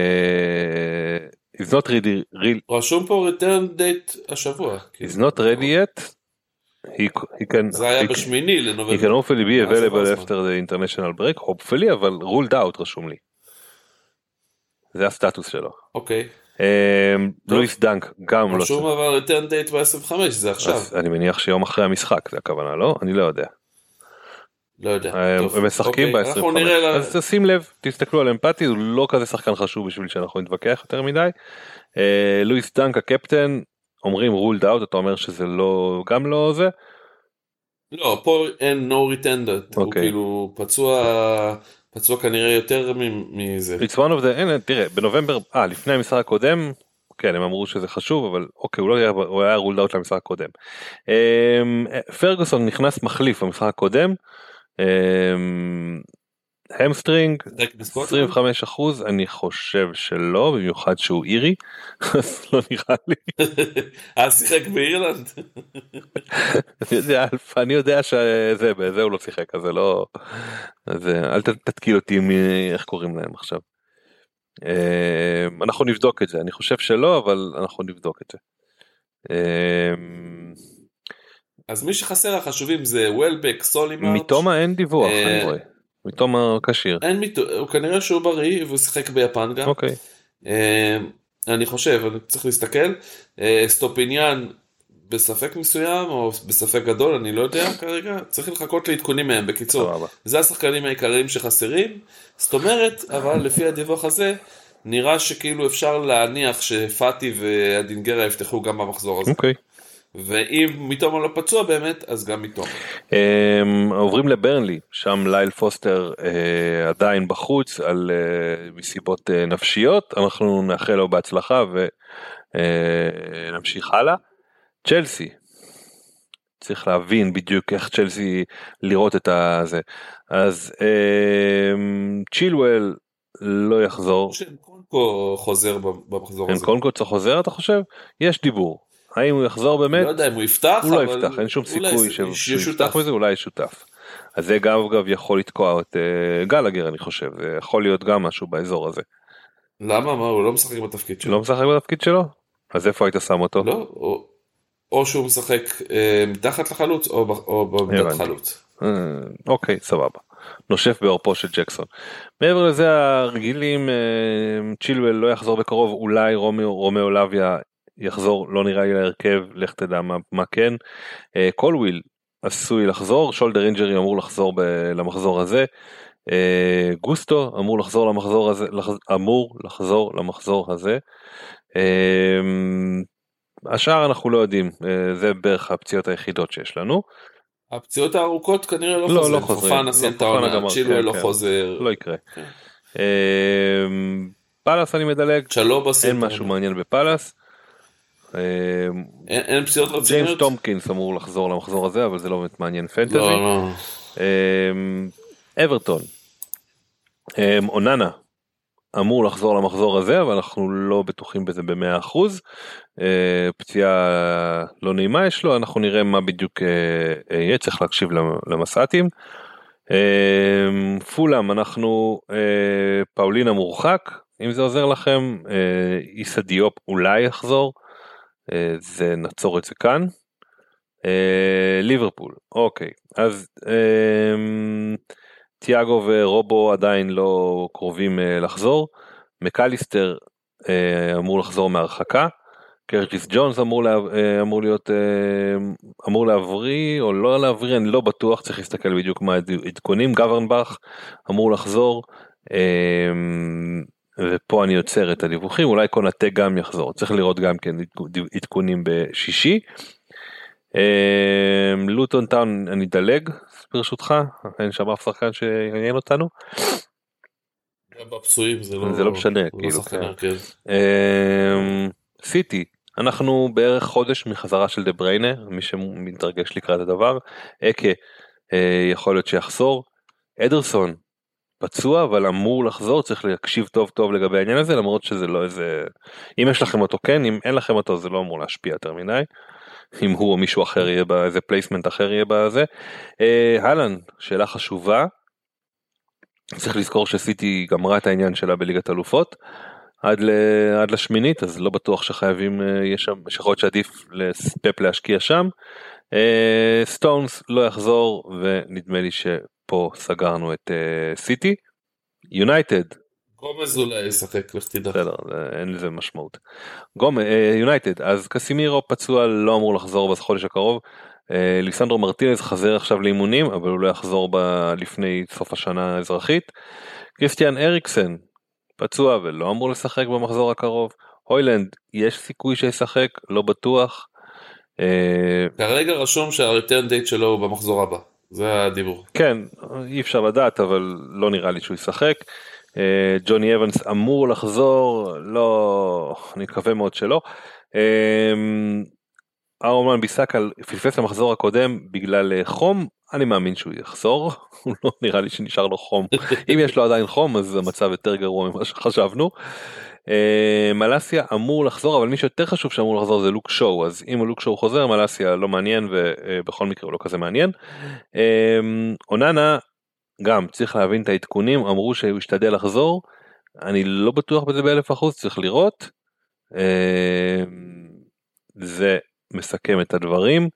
is not ready, רשום פה return date השבוע. is not ready yet. He, he can, זה היה he, בשמיני לנובמבר. he can hopefully be available after the international break, hopefully, אבל ruled out רשום לי. זה הסטטוס שלו. אוקיי. לואיס דנק גם לא. רשום אבל return date ב-עשרים וחמש, זה עכשיו. אני מניח שיום אחרי המשחק, זה הכוונה, לא? אני לא יודע. לא יודע. הם משחקים ב-עשרים וחמש. אז שים לב, תסתכלו על אמפתי, הוא לא כזה שחקן חשוב בשביל שאנחנו נתווכח יותר מדי. לואיס דנק הקפטן, אומרים ruled out, אתה אומר שזה לא, גם לא זה? לא, פה אין no return date, הוא כאילו פצוע, פצוע כנראה יותר מזה. It's one of the, אין, תראה, בנובמבר, אה, לפני המשחק הקודם, כן, הם אמרו שזה חשוב, אבל אוקיי, הוא לא היה, הוא היה ruled out למשחק הקודם. פרגוסון נכנס מחליף במשחק הקודם, המסטרינג עשרים וחמישה אחוז, אני חושב שלא, במיוחד שהוא אירי, אז לא נראה לי. אז שיחק באירלנד. אני יודע שזה, בזה הוא לא שיחק, אז זה לא, אל תתקיל אותי מאיך קוראים להם עכשיו. אנחנו נבדוק את זה, אני חושב שלא, אבל אנחנו נבדוק את זה. אז מי שחסר החשובים זה וולבק, סולימארץ'. מתומה אין דיווח, אני רואה. מתומה קשיר. אין מתומה, הוא כנראה שהוא בריא, והוא שיחק ביפן גם. אוקיי. אני חושב, אני צריך להסתכל. סטופיניאן בספק מסוים, או בספק גדול, אני לא יודע כרגע. צריך לחכות להתקונים מהם, בקיצור. זה השחקנים העיקריים שחסרים. זאת אומרת, אבל לפי הדיווח הזה, נראה שכאילו אפשר להניח שפאטי והדינגרה יפתחו גם במחזור הזה. אוקיי. ואם מתומה לא פצוע באמת, אז גם מתומה. עוברים לברנלי, שם ליל פוסטר עדיין בחוץ, על מסיבות נפשיות, אנחנו נאחל לו בהצלחה ונמשיך הלאה. צ'לסי, צריך להבין בדיוק איך צ'לסי לראות את זה. אז צ'ילואל לא יחזור. אנקונקו חוזר במחזור הזה. אנקונקו צריך חוזר, אתה חושב? יש דיבור. האם הוא יחזור באמת? לא יודע אם הוא יפתח, הוא לא יפתח, אין שום סיכוי שהוא יפתח בזה, אולי שותף. אז זה גם אגב יכול לתקוע את גלגר, אני חושב, זה יכול להיות גם משהו באזור הזה. למה? מה, הוא לא משחק בתפקיד שלו? לא משחק בתפקיד שלו? אז איפה היית שם אותו? לא, או שהוא משחק מתחת לחלוץ, או בעמדת חלוץ. אוקיי, סבבה. נושף באורפו של ג'קסון. מעבר לזה הרגילים, צ'ילואל לא יחזור בקרוב, אולי רומאו לויה יחזור, לא נראה לי להרכב, לך תדע מה, מה כן. קולוויל עשוי לחזור, שולדר אינג'רי אמור לחזור ב- למחזור הזה, גוסטו אמור לחזור למחזור הזה, אמור לחזור למחזור הזה. השאר אנחנו לא יודעים, זה בערך הפציעות היחידות שיש לנו. הפציעות הארוכות כנראה לא, לא חוזרים, לא חוזרים, פופנה סנטאונה, צ'ילואל לא חוזר. לא יקרה. פלאס אני מדלג, אין משהו מעניין בפלאס. אין פציעות רציניות? ג'יימס טומקינס אמור לחזור למחזור הזה, אבל זה לא באמת מעניין פנטזי. לא, לא. אברטון, אוננה אמור לחזור למחזור הזה, אבל אנחנו לא בטוחים בזה במאה אחוז. פציעה לא נעימה יש לו, אנחנו נראה מה בדיוק יהיה, צריך להקשיב למסעתים. פולאם, אנחנו פאולינה מורחק, אם זה עוזר לכם, איסה דיופ אולי יחזור, זה נעצור את זה כאן. ליברפול, אוקיי, אז תיאגו ורובו עדיין לא קרובים לחזור, מקליסטר אמור לחזור מהרחקה, קרטיס ג'ונס אמור, לה, אמור להיות, אמור להבריא או לא להבריא, אני לא בטוח, צריך להסתכל בדיוק מה עדכונים, גוורנבך אמור לחזור, ופה אני יוצר את הדיווחים, אולי קונאטה גם יחזור, צריך לראות גם כן עדכונים בשישי, לוטון טאון אני דלג ברשותך, אין שם אף שחקן שיעניין אותנו, בפצועים זה לא, זה לא משנה, לא כאילו, כן. סיטי, אנחנו בערך חודש מחזרה של דה בריינה, מי שמתרגש לקראת הדבר, אקה יכול להיות שיחזור, אדרסון פצוע אבל אמור לחזור, צריך להקשיב טוב טוב לגבי העניין הזה, למרות שזה לא איזה, אם יש לכם אותו כן, אם אין לכם אותו זה לא אמור להשפיע יותר מדי, אם הוא או מישהו אחר יהיה בה, איזה פלייסמנט אחר יהיה בזה. הלנד, שאלה חשובה, צריך לזכור שסיטי גמרה את העניין שלה בליגת אלופות, עד, ל, עד לשמינית, אז לא בטוח שחייבים, יש שם, שיכול להיות שעדיף לספפ להשקיע שם, סטונס לא יחזור, ונדמה לי שפה סגרנו את סיטי, יונייטד, גומז אולי ישחק, לך תדע. בסדר, אין לזה משמעות. יונייטד, אז קסימירו פצוע לא אמור לחזור בחודש הקרוב, ליסנדרו מרטינז חזר עכשיו לאימונים, אבל הוא לא יחזור ב- לפני סוף השנה האזרחית, קריסטיאן אריקסן פצוע ולא אמור לשחק במחזור הקרוב, הוילנד יש סיכוי שישחק, לא בטוח. כרגע רשום שהריטרן דייט שלו הוא במחזור הבא, זה הדיבור. כן, אי אפשר לדעת, אבל לא נראה לי שהוא ישחק. ג'וני אבנס אמור לחזור, לא, אני מקווה מאוד שלא. ארומן ביסאקה פספס למחזור הקודם בגלל חום, אני מאמין שהוא יחזור, הוא לא נראה לי שנשאר לו חום, אם יש לו עדיין חום אז המצב יותר גרוע ממה שחשבנו. מלאסיה אמור לחזור, אבל מי שיותר חשוב שאמור לחזור זה לוק שואו, אז אם לוק שואו חוזר מלאסיה לא מעניין, ובכל מקרה הוא לא כזה מעניין. אוננה גם צריך להבין את העדכונים, אמרו שהוא ישתדל לחזור, אני לא בטוח בזה באלף אחוז, צריך לראות. זה מסכם את הדברים.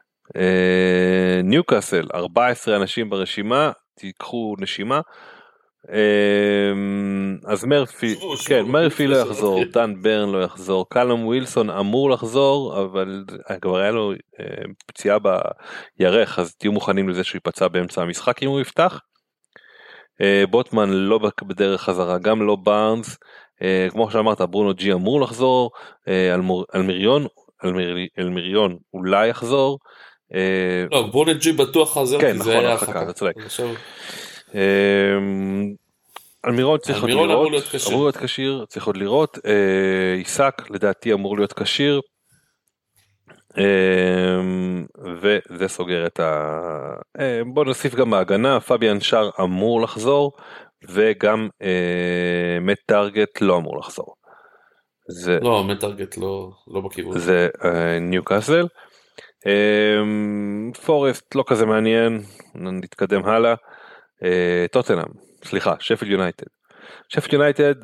ניוקאסל, ארבעה עשר אנשים ברשימה, תיקחו נשימה. אז מרפי, כן, מרפי לא יחזור, דן ברן לא יחזור, קלום ווילסון אמור לחזור, אבל כבר היה לו פציעה בירך, אז תהיו מוכנים לזה שהוא ייפצע באמצע המשחק אם הוא יפתח. בוטמן לא בדרך חזרה, גם לא בארנס, כמו שאמרת ברונו ג'י אמור לחזור, אלמיריון אלמיריון אולי יחזור, לא ברונו ג'י בטוח חזר, כן נכון, הרחקה, אתה צודק. אלמירון צריך עוד לראות, אמור להיות כשיר, צריך עוד לראות, עיסק לדעתי אמור להיות כשיר, וזה סוגר את ה... בוא נוסיף גם בהגנה, פביאן שר אמור לחזור, וגם מט טארגט לא אמור לחזור. זה... לא, מט טארגט לא, לא בכיוון. זה ניוקאסל. פורסט לא כזה מעניין, נתקדם הלאה. טוטנהאם, סליחה, שפילד יונייטד. שפילד יונייטד,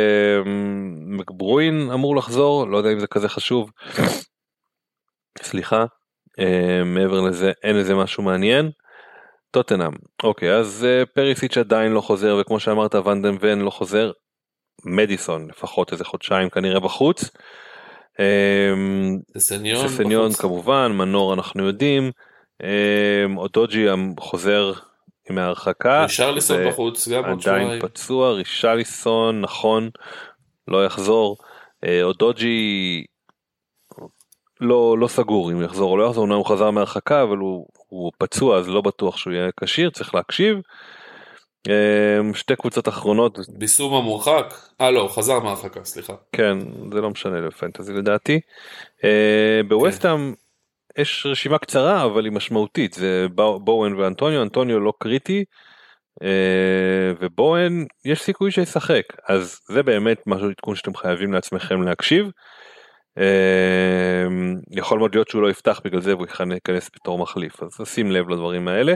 מקברוין אמור לחזור, לא יודע אם זה כזה חשוב. סליחה, מעבר לזה אין לזה משהו מעניין. טוטנהאם, אוקיי, אז פריסיץ' עדיין לא חוזר, וכמו שאמרת ונדן ון לא חוזר, מדיסון לפחות איזה חודשיים כנראה בחוץ. ססניון כמובן, מנור אנחנו יודעים, אודוג'י חוזר עם ההרחקה, רישרליסון בחוץ, גם עדיין פצוע, רישרליסון נכון, לא יחזור, אודוג'י לא, לא סגור אם יחזור או לא יחזור, הוא חזר מהרחקה, אבל הוא, הוא פצוע, אז לא בטוח שהוא יהיה כשיר, צריך להקשיב. שתי קבוצות אחרונות. ביסום המורחק? אה לא, הוא חזר מהרחקה, סליחה. כן, זה לא משנה לפנטזי לדעתי. בווסטהאם יש רשימה קצרה, אבל היא משמעותית, זה בואן ואנטוניו, אנטוניו לא קריטי, ובואן יש סיכוי שישחק, אז זה באמת משהו עדכון שאתם חייבים לעצמכם להקשיב. יכול מאוד להיות שהוא לא יפתח בגלל זה והוא ייכנס בתור מחליף, אז שים לב לדברים האלה.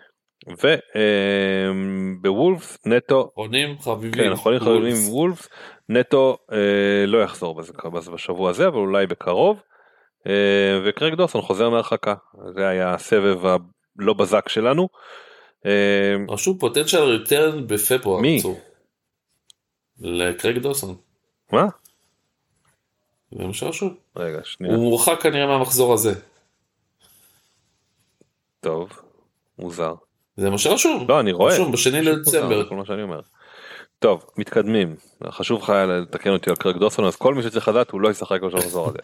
ובוולפס נטו אחרונים חביבים, כן, אחרונים חביבים וולפס נטו לא יחזור בשבוע הזה, אבל אולי בקרוב. וקרייג דוסון חוזר מהרחקה. זה היה הסבב הלא בזק שלנו. רשום פוטנציאל ריטרן בפברואר. מי? לקרייג דוסון. מה? זה מה שרשום. רגע, שנייה. הוא מורחק כנראה מהמחזור הזה. טוב, מוזר. זה מה שרשום. לא, אני רואה. רשום בשני לדצמבר. זה כל מה שאני אומר. טוב, מתקדמים. חשוב לך לתקן אותי על קרייג דוסון, אז כל מי שצריך לדעת הוא לא ישחק בשביל המחזור הזה.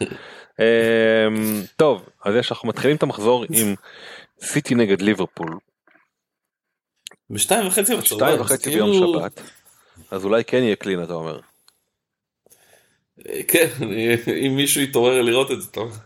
טוב, אז יש, אנחנו מתחילים את המחזור עם סיטי נגד ליברפול. בשתיים וחצי בצהריים. שתיים וחצי ביום שבת. אז אולי כן יהיה קלין, אתה אומר. כן, אם מישהו יתעורר לראות את זה, טוב.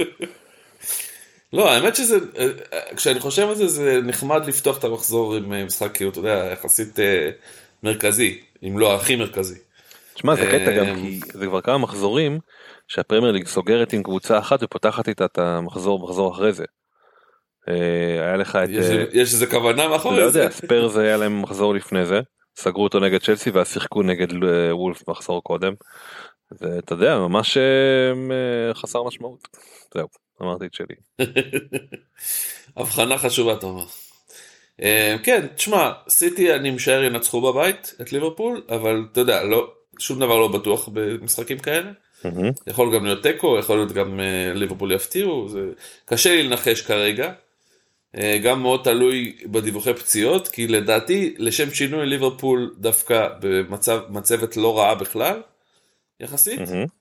לא, האמת שזה, כשאני חושב על זה, זה נחמד לפתוח את המחזור עם משחק, כאילו, אתה יודע, יחסית מרכזי, אם לא הכי מרכזי. תשמע, זה קטע גם, כי זה כבר כמה מחזורים, שהפרמייר ליג סוגרת עם קבוצה אחת, ופותחת איתה את המחזור, מחזור אחרי זה. היה לך את... יש איזה כוונה מאחורי זה? זה? לא יודע, ספרס היה להם מחזור לפני זה, סגרו אותו נגד צ'לסי, ואז שיחקו נגד וולף מחזור קודם. ואתה יודע, ממש חסר משמעות. זהו, אמרתי את שלי. הבחנה חשובה, אתה אומר. כן, תשמע, סיטי אני משער ינצחו בבית את ליברפול, אבל אתה יודע, לא, שום דבר לא בטוח במשחקים כאלה. יכול גם להיות טקו, יכול להיות גם ליברפול יפתיעו, זה קשה לי לנחש כרגע. גם מאוד תלוי בדיווחי פציעות, כי לדעתי, לשם שינוי ליברפול דווקא במצבת לא רעה בכלל, יחסית.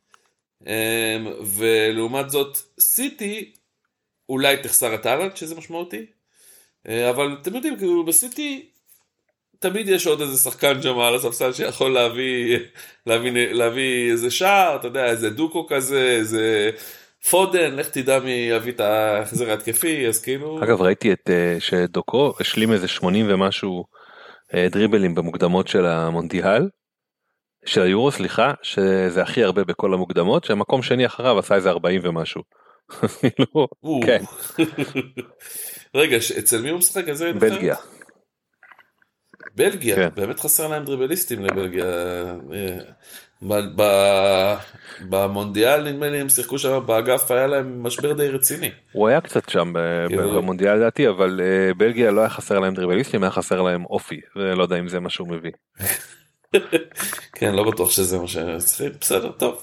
ולעומת זאת, סיטי אולי תחסר את הלנד, שזה משמעותי. אבל אתם יודעים, כאילו בסיטי תמיד יש עוד איזה שחקן שם על הספסל שיכול להביא, להביא, להביא איזה שער, אתה יודע, איזה דוקו כזה, איזה פודן, לך תדע מי יביא את ההחזר ההתקפי, אז כאילו... אגב, ראיתי את שדוקו השלים איזה שמונים ומשהו דריבלים במוקדמות של המונדיאל, של היורו, סליחה, שזה הכי הרבה בכל המוקדמות, שהמקום שני אחריו עשה איזה ארבעים ומשהו. כן. רגע, אצל מי הוא משחק הזה? בלגיה. בלגיה, כן. באמת חסר להם דריבליסטים לבלגיה. במונדיאל נדמה לי הם שיחקו שם באגף, היה להם משבר די רציני. הוא היה קצת שם במונדיאל דעתי, אבל בלגיה לא היה חסר להם דריבליסטים, היה חסר להם אופי, ולא יודע אם זה מה שהוא מביא. כן, לא בטוח שזה מה שצריכים, בסדר, טוב.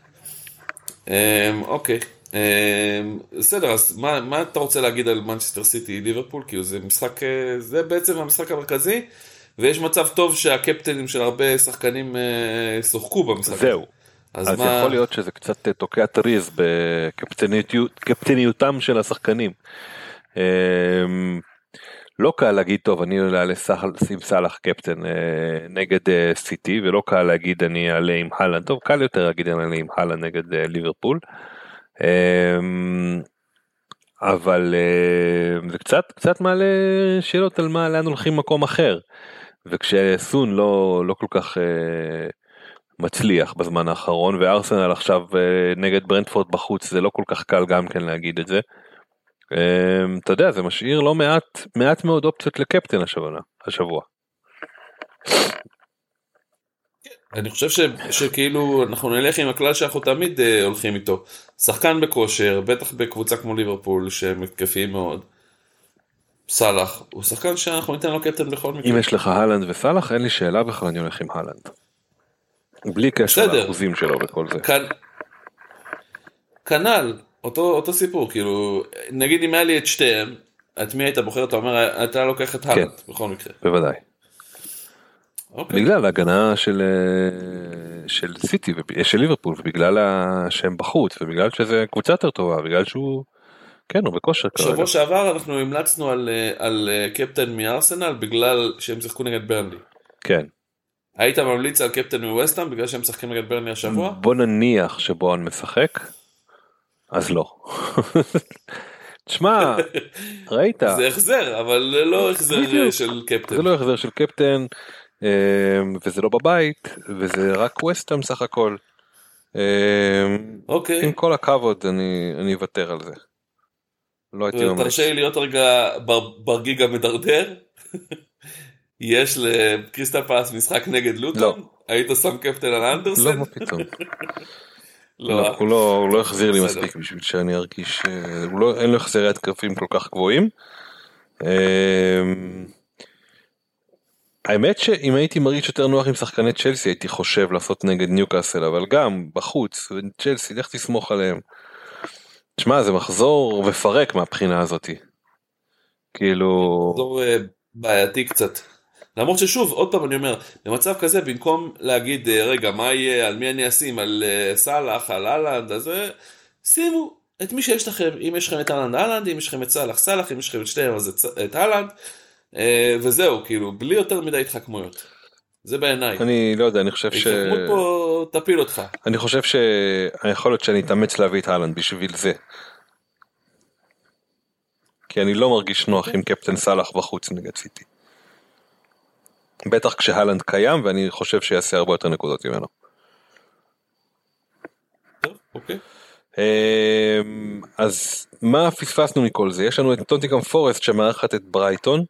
אוקיי. בסדר, אז מה, מה אתה רוצה להגיד על מנצ'סטר סיטי ליברפול? כאילו זה משחק, זה בעצם המשחק המרכזי, ויש מצב טוב שהקפטנים של הרבה שחקנים שוחקו במשחק. זהו. אז, אז מה... יכול להיות שזה קצת תוקע תריז בקפטניותם של השחקנים. לא קל להגיד טוב אני אעלה שים סלח קפטן נגד סיטי, ולא קל להגיד אני אעלה עם הלנד. טוב, קל יותר להגיד אני אעלה עם הלנד נגד ליברפול. אבל זה קצת קצת מעלה שאלות על מה לאן הולכים מקום אחר, וכשסון לא לא כל כך מצליח בזמן האחרון, וארסנל עכשיו נגד ברנטפורד בחוץ, זה לא כל כך קל גם כן להגיד את זה. אתה יודע, זה משאיר לא מעט מעט מאוד אופציות לקפטן השבוע השבוע. אני חושב ש, שכאילו אנחנו נלך עם הכלל שאנחנו תמיד uh, הולכים איתו. שחקן בכושר, בטח בקבוצה כמו ליברפול שמתקפים מאוד. סלח, הוא שחקן שאנחנו ניתן לו קפטן בכל מקרה. אם יש לך הלנד וסלח, אין לי שאלה בכלל, אני הולך עם הלנד. בלי קשר לאחוזים שלו וכל זה. כנ... כנל, אותו, אותו סיפור, כאילו, נגיד אם היה לי את שתיהם, את מי היית בוחר? אתה אומר, אתה לוקח את הלנד, כן, בכל מקרה. בוודאי. Okay. בגלל ההגנה של של סיטי ושל ליברפול, ובגלל שהם בחוץ, ובגלל שזה קבוצה יותר טובה, בגלל שהוא כן, הוא בכושר כרגע. שבוע שעבר אנחנו המלצנו על על קפטן מארסנל בגלל שהם שיחקו נגד ברנלי. כן. היית ממליץ על קפטן מווסטהאם בגלל שהם משחקים נגד ברנלי השבוע? בוא נניח שבואן משחק, אז לא. תשמע, ראית? זה החזר, אבל לא החזר של קפטן. זה לא החזר של קפטן. וזה לא בבית, וזה רק ווסטהאם סך הכל. אוקיי. עם כל הכבוד אני אני אוותר על זה. לא הייתי ממש. תרשה לי להיות רגע ברגיג המדרדר. יש לקריסטל פלאס משחק נגד לוטון? היית שם קפטן על אנדרסן? לא, מה פתאום. לא, הוא לא, הוא לא החזיר לי מספיק בשביל שאני ארגיש, הוא לא, אין לו החזרי התקפים כל כך גבוהים. האמת שאם הייתי מרגיש יותר נוח עם שחקני צ'לסי הייתי חושב לעשות נגד ניוקאסל, אבל גם בחוץ, צ'לסי, לך תסמוך עליהם. תשמע, זה מחזור ופרק מהבחינה הזאת. כאילו... מחזור בעייתי קצת. למרות ששוב, עוד פעם אני אומר, במצב כזה, במקום להגיד, רגע, מה יהיה, על מי אני אשים, על סלאח, על הלנד, אז שימו את מי שיש לכם, אם יש לכם את הלנד, הלנד, אם יש לכם את סלאח, סלאח, אם יש לכם את שתיהם, אז את הלנד, וזהו, כאילו, בלי יותר מדי התחכמויות. זה בעיניי. אני לא יודע, אני חושב ש... התחכמות פה תפיל אותך. אני חושב שיכול להיות שאני אתאמץ להביא את הלנד בשביל זה. כי אני לא מרגיש נוח עם קפטן סלאח בחוץ נגד סיטי. בטח כשהלנד קיים, ואני חושב שיעשה הרבה יותר נקודות ממנו. טוב, אוקיי. אז מה פספסנו מכל זה? יש לנו את טוטנהאם פורסט שמארחת את ברייטון.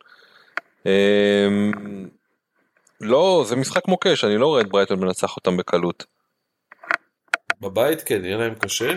לא, זה משחק מוקש, אני לא רואה את ברייטון מנצח אותם בקלות. בבית כן, יהיה להם קשה.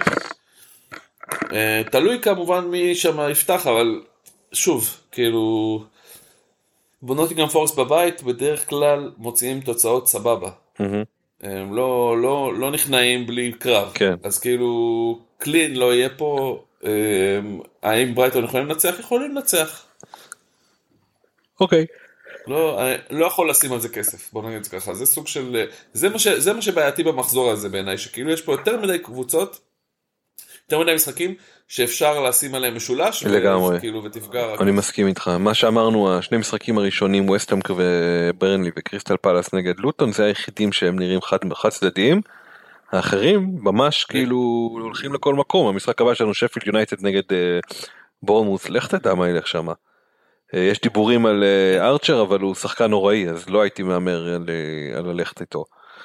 תלוי כמובן מי שם יפתח, אבל שוב, כאילו... בנוטינגהאם פורסט בבית בדרך כלל מוציאים תוצאות סבבה. הם לא, לא, לא נכנעים בלי קרב. כן. אז כאילו, קלין לא יהיה פה, האם ברייטון יכולים לנצח? יכולים לנצח. אוקיי. לא, לא יכול לשים על זה כסף, בוא נגיד את זה ככה. זה סוג של, זה מה, ש, זה מה שבעייתי במחזור הזה בעיניי, שכאילו יש פה יותר מדי קבוצות, יותר מדי משחקים, שאפשר לשים עליהם משולש, לגמרי. וכאילו, ותפגע. אני מסכים איתך. מה שאמרנו, השני משחקים הראשונים, ווסטהאם וברנלי וקריסטל פלאס נגד לוטון, זה היחידים שהם נראים חד, חד צדדיים. האחרים ממש כאילו הולכים לכל מקום. המשחק הבא שלנו שפילד יונייטד נגד בורנמות', לך תדע מה ילך שם. יש דיבורים על ארצ'ר, אבל הוא שחקן נוראי, אז לא הייתי מאמר על, על ללכת איתו.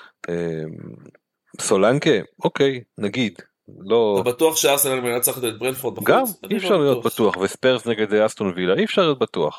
סולנקה, אוקיי, נגיד. לא... אתה בטוח שארסנל מנצחת את ברנפורד בחוץ? גם, אי אפשר להיות בטוח, וספרס נגד אסטון וילה, אי אפשר להיות בטוח.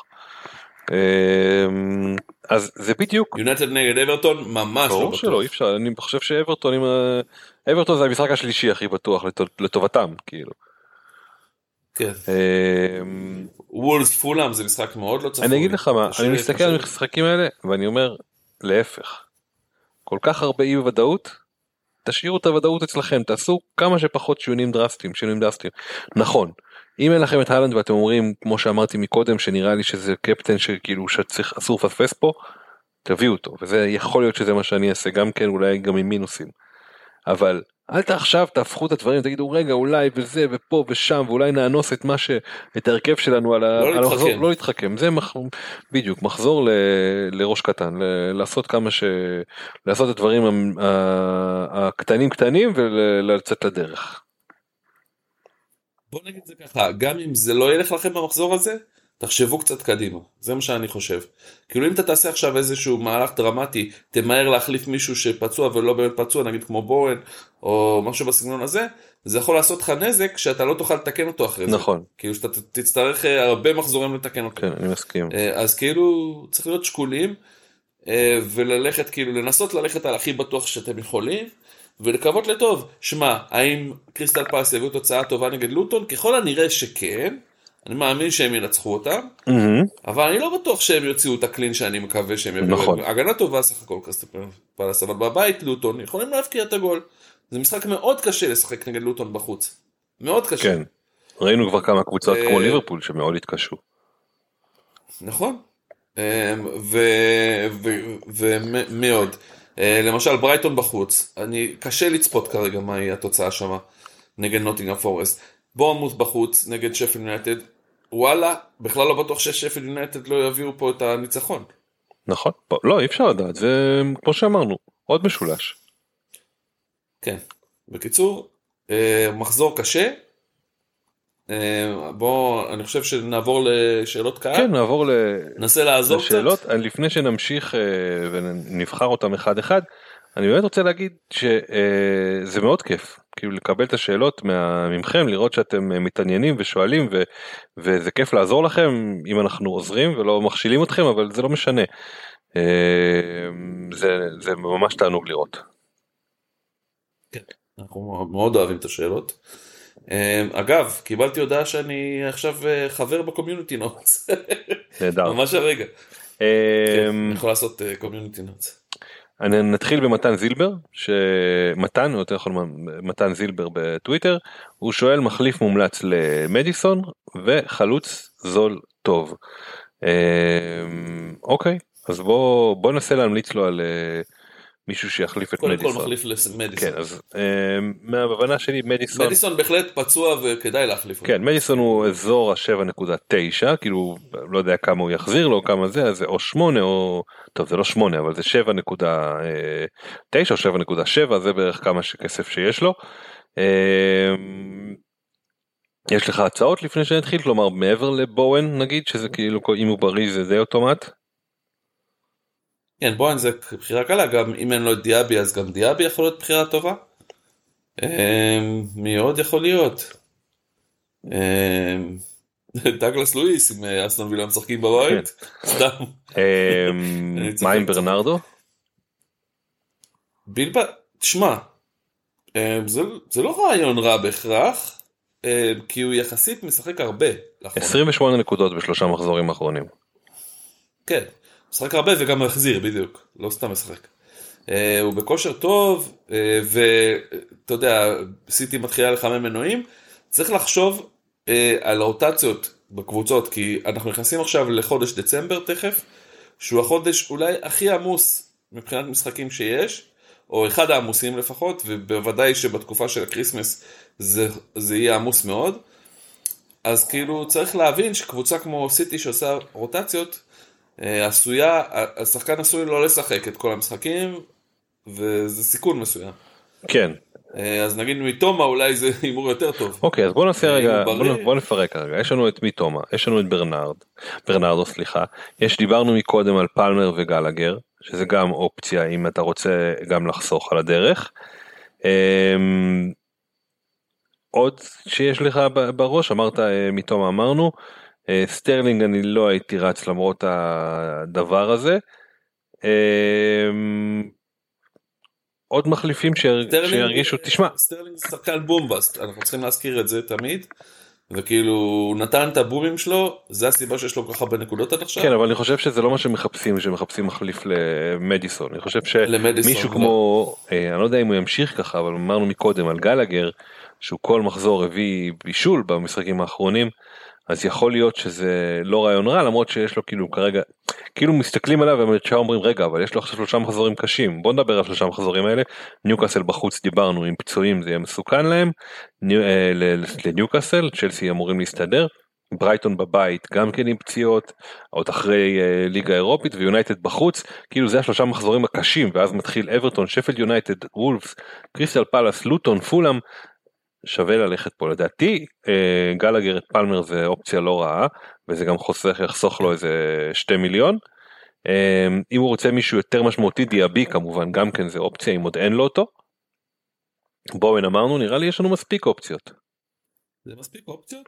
אז זה בדיוק... יונייטד נגד אברטון, ממש לא בטוח. שלא, אי אפשר, אני חושב שאברטון, אברטון זה המשחק השלישי הכי בטוח לטובתם, כאילו. כן. וולס פולאם זה משחק מאוד לא צפוי. אני אגיד לך מה, אני מסתכל על המשחקים האלה, ואני אומר, להפך, כל כך הרבה אי ודאות, תשאירו את הוודאות אצלכם, תעשו כמה שפחות שינויים דרסטיים, שינויים דרסטיים. נכון, אם אין לכם את הלנד ואתם אומרים, כמו שאמרתי מקודם, שנראה לי שזה קפטן שכאילו שצריך, אסור פספס פה, תביאו אותו, וזה יכול להיות שזה מה שאני אעשה, גם כן אולי גם עם מינוסים. אבל אל תעכשיו תהפכו את הדברים, תגידו רגע אולי וזה ופה ושם, ואולי נאנוס את מה ש... את ההרכב שלנו על ה... לא להתחכם. לא להתחכם, זה מח... בדיוק, מחזור ל... לראש קטן, ל... לעשות כמה ש... לעשות את הדברים הקטנים קטנים ולצאת לדרך. בוא נגיד זה ככה, גם אם זה לא ילך לכם במחזור הזה, תחשבו קצת קדימה, זה מה שאני חושב. כאילו אם אתה תעשה עכשיו איזשהו מהלך דרמטי, תמהר להחליף מישהו שפצוע ולא באמת פצוע, נגיד כמו בורן, או משהו בסגנון הזה, זה יכול לעשות לך נזק שאתה לא תוכל לתקן אותו אחרי זה. נכון. כאילו שאתה תצטרך הרבה מחזורים לתקן אותו. כן, אני מסכים. אז כאילו צריך להיות שקולים, וללכת כאילו, לנסות ללכת על הכי בטוח שאתם יכולים, ולקוות לטוב. שמה, האם קריסטל פלאס יביאו תוצאה טובה נגד לוטון? ככל הנראה שכן. אני מאמין שהם ינצחו אותם, אבל אני לא בטוח שהם יוציאו את הקלין שאני מקווה שהם יביאו. נכון. הגנה טובה סך הכל קריסטל פלאס, אבל בבית לוטון יכולים להפקיע את הגול. זה משחק מאוד קשה לשחק נגד לוטון בחוץ. מאוד קשה. כן. ראינו כבר כמה קבוצות כמו ליברפול שמאוד התקשו. נכון. ומאוד. למשל ברייטון בחוץ, אני קשה לצפות כרגע מהי התוצאה שמה נגד נוטינגהאם פורסט. בורנמות' בחוץ נגד שפילד יונייטד, וואלה, בכלל לא בטוח ששפילד יונייטד לא יביאו פה את הניצחון. נכון, לא, אי אפשר לדעת, זה כמו שאמרנו, עוד משולש. כן, בקיצור, מחזור קשה, בוא, אני חושב שנעבור לשאלות קהל. כן, נעבור ננסה לעזור לשאלות, קצת. לפני שנמשיך ונבחר אותם אחד אחד, אני באמת רוצה להגיד שזה מאוד כיף, כאילו לקבל את השאלות ממכם, לראות שאתם מתעניינים ושואלים, ו, וזה כיף לעזור לכם, אם אנחנו עוזרים ולא מכשילים אתכם, אבל זה לא משנה. זה, זה ממש תענוג לראות. כן. אנחנו מאוד אוהבים את השאלות. אגב, קיבלתי הודעה שאני עכשיו חבר בקומיוניטי נוטס. נהדר. ממש הרגע. אני יכול לעשות קומיוניטי נוטס. אני נתחיל במתן זילבר, שמתן, או יותר יכול מתן זילבר בטוויטר, הוא שואל מחליף מומלץ למדיסון וחלוץ זול טוב. אוקיי, אז בוא בוא ננסה להמליץ לו על מישהו שיחליף את מדיסון. קודם כל מחליף למדיסון. כן, אז מהבנה שלי מדיסון... מדיסון בהחלט פצוע וכדאי להחליף. כן, מדיסון הוא אזור ה-שבע נקודה תשע, כאילו לא יודע כמה הוא יחזיר לו, כמה זה, אז זה או שמונה או... טוב, זה לא שמונה, אבל זה שבע נקודה תשע או שבע נקודה שבע, זה בערך כמה כסף שיש לו. יש לך הצעות לפני שנתחיל, כלומר מעבר לבואן נגיד, שזה כאילו אם הוא בריא זה די אוטומט? כן, בואן זה בחירה קלה, גם אם אין לו את דיאבי אז גם דיאבי יכול להיות בחירה טובה. מי עוד יכול להיות? דאגלס לואיס עם אסטון וילה משחקים בבית. סתם. מה עם ברנרדו? בלבד, תשמע, זה לא רעיון רע בהכרח, כי הוא יחסית משחק הרבה. עשרים ושמונה נקודות בשלושה מחזורים האחרונים. כן. משחק הרבה וגם מחזיר בדיוק, לא סתם משחק. הוא בכושר טוב, ואתה יודע, סיטי מתחילה לחמם מנועים, צריך לחשוב על רוטציות בקבוצות, כי אנחנו נכנסים עכשיו לחודש דצמבר תכף, שהוא החודש אולי הכי עמוס מבחינת משחקים שיש, או אחד העמוסים לפחות, ובוודאי שבתקופה של הקריסמס זה, זה יהיה עמוס מאוד, אז כאילו צריך להבין שקבוצה כמו סיטי שעושה רוטציות, עשויה, השחקן עשוי לא לשחק את כל המשחקים, וזה סיכון מסוים. כן. אז נגיד מתומה אולי זה הימור יותר טוב. אוקיי, אז בוא נעשה רגע, בוא, בוא נפרק רגע. יש לנו את מתומה, יש לנו את ברנרד, ברנרדו, סליחה. יש, דיברנו מקודם על פלמר וגלגר, שזה גם אופציה אם אתה רוצה גם לחסוך על הדרך. עוד שיש לך בראש, אמרת מתומה אמרנו, סטרלינג אני לא הייתי רץ למרות הדבר הזה. עוד מחליפים שירגישו, תשמע. סטרלינג זה שחקן בומבסט, אנחנו צריכים להזכיר את זה תמיד, וכאילו הוא נתן את הבומים שלו, זה הסיבה שיש לו ככה בנקודות עד עכשיו. כן, אבל אני חושב שזה לא מה שמחפשים, שמחפשים מחליף למדיסון. אני חושב שמישהו כמו, אני לא יודע אם הוא ימשיך ככה, אבל אמרנו מקודם על גלגר, שהוא כל מחזור הביא בישול במשחקים האחרונים, אז יכול להיות שזה לא רעיון רע, למרות שיש לו כאילו כרגע, כאילו מסתכלים עליו ומרצ'ה אומרים, רגע, אבל יש לו עכשיו שלושה מחזורים קשים, בוא נדבר על שלושה מחזורים האלה, ניוקאסל בחוץ דיברנו, עם פצועים זה יהיה מסוכן להם, לניוקאסל, צ'לסי אמורים להסתדר, ברייטון בבית גם כן עם פציעות, עוד אחרי ליגה אירופית, ויונייטד בחוץ, כאילו זה השלושה מחזורים הקשים, ואז מתחיל אברטון, שפילד יונייטד, וולפס, קריסטל פלאס, לוטון, פולאם, שווה ללכת פה. לדעתי גלגר את פלמר זה אופציה לא רעה, וזה גם חוסך, יחסוך לו איזה שתי מיליון. אם הוא רוצה מישהו יותר משמעותי, דיאבי כמובן גם כן זה אופציה, אם עוד אין לו אותו. בואו אמרנו, נראה לי יש לנו מספיק אופציות. זה מספיק אופציות?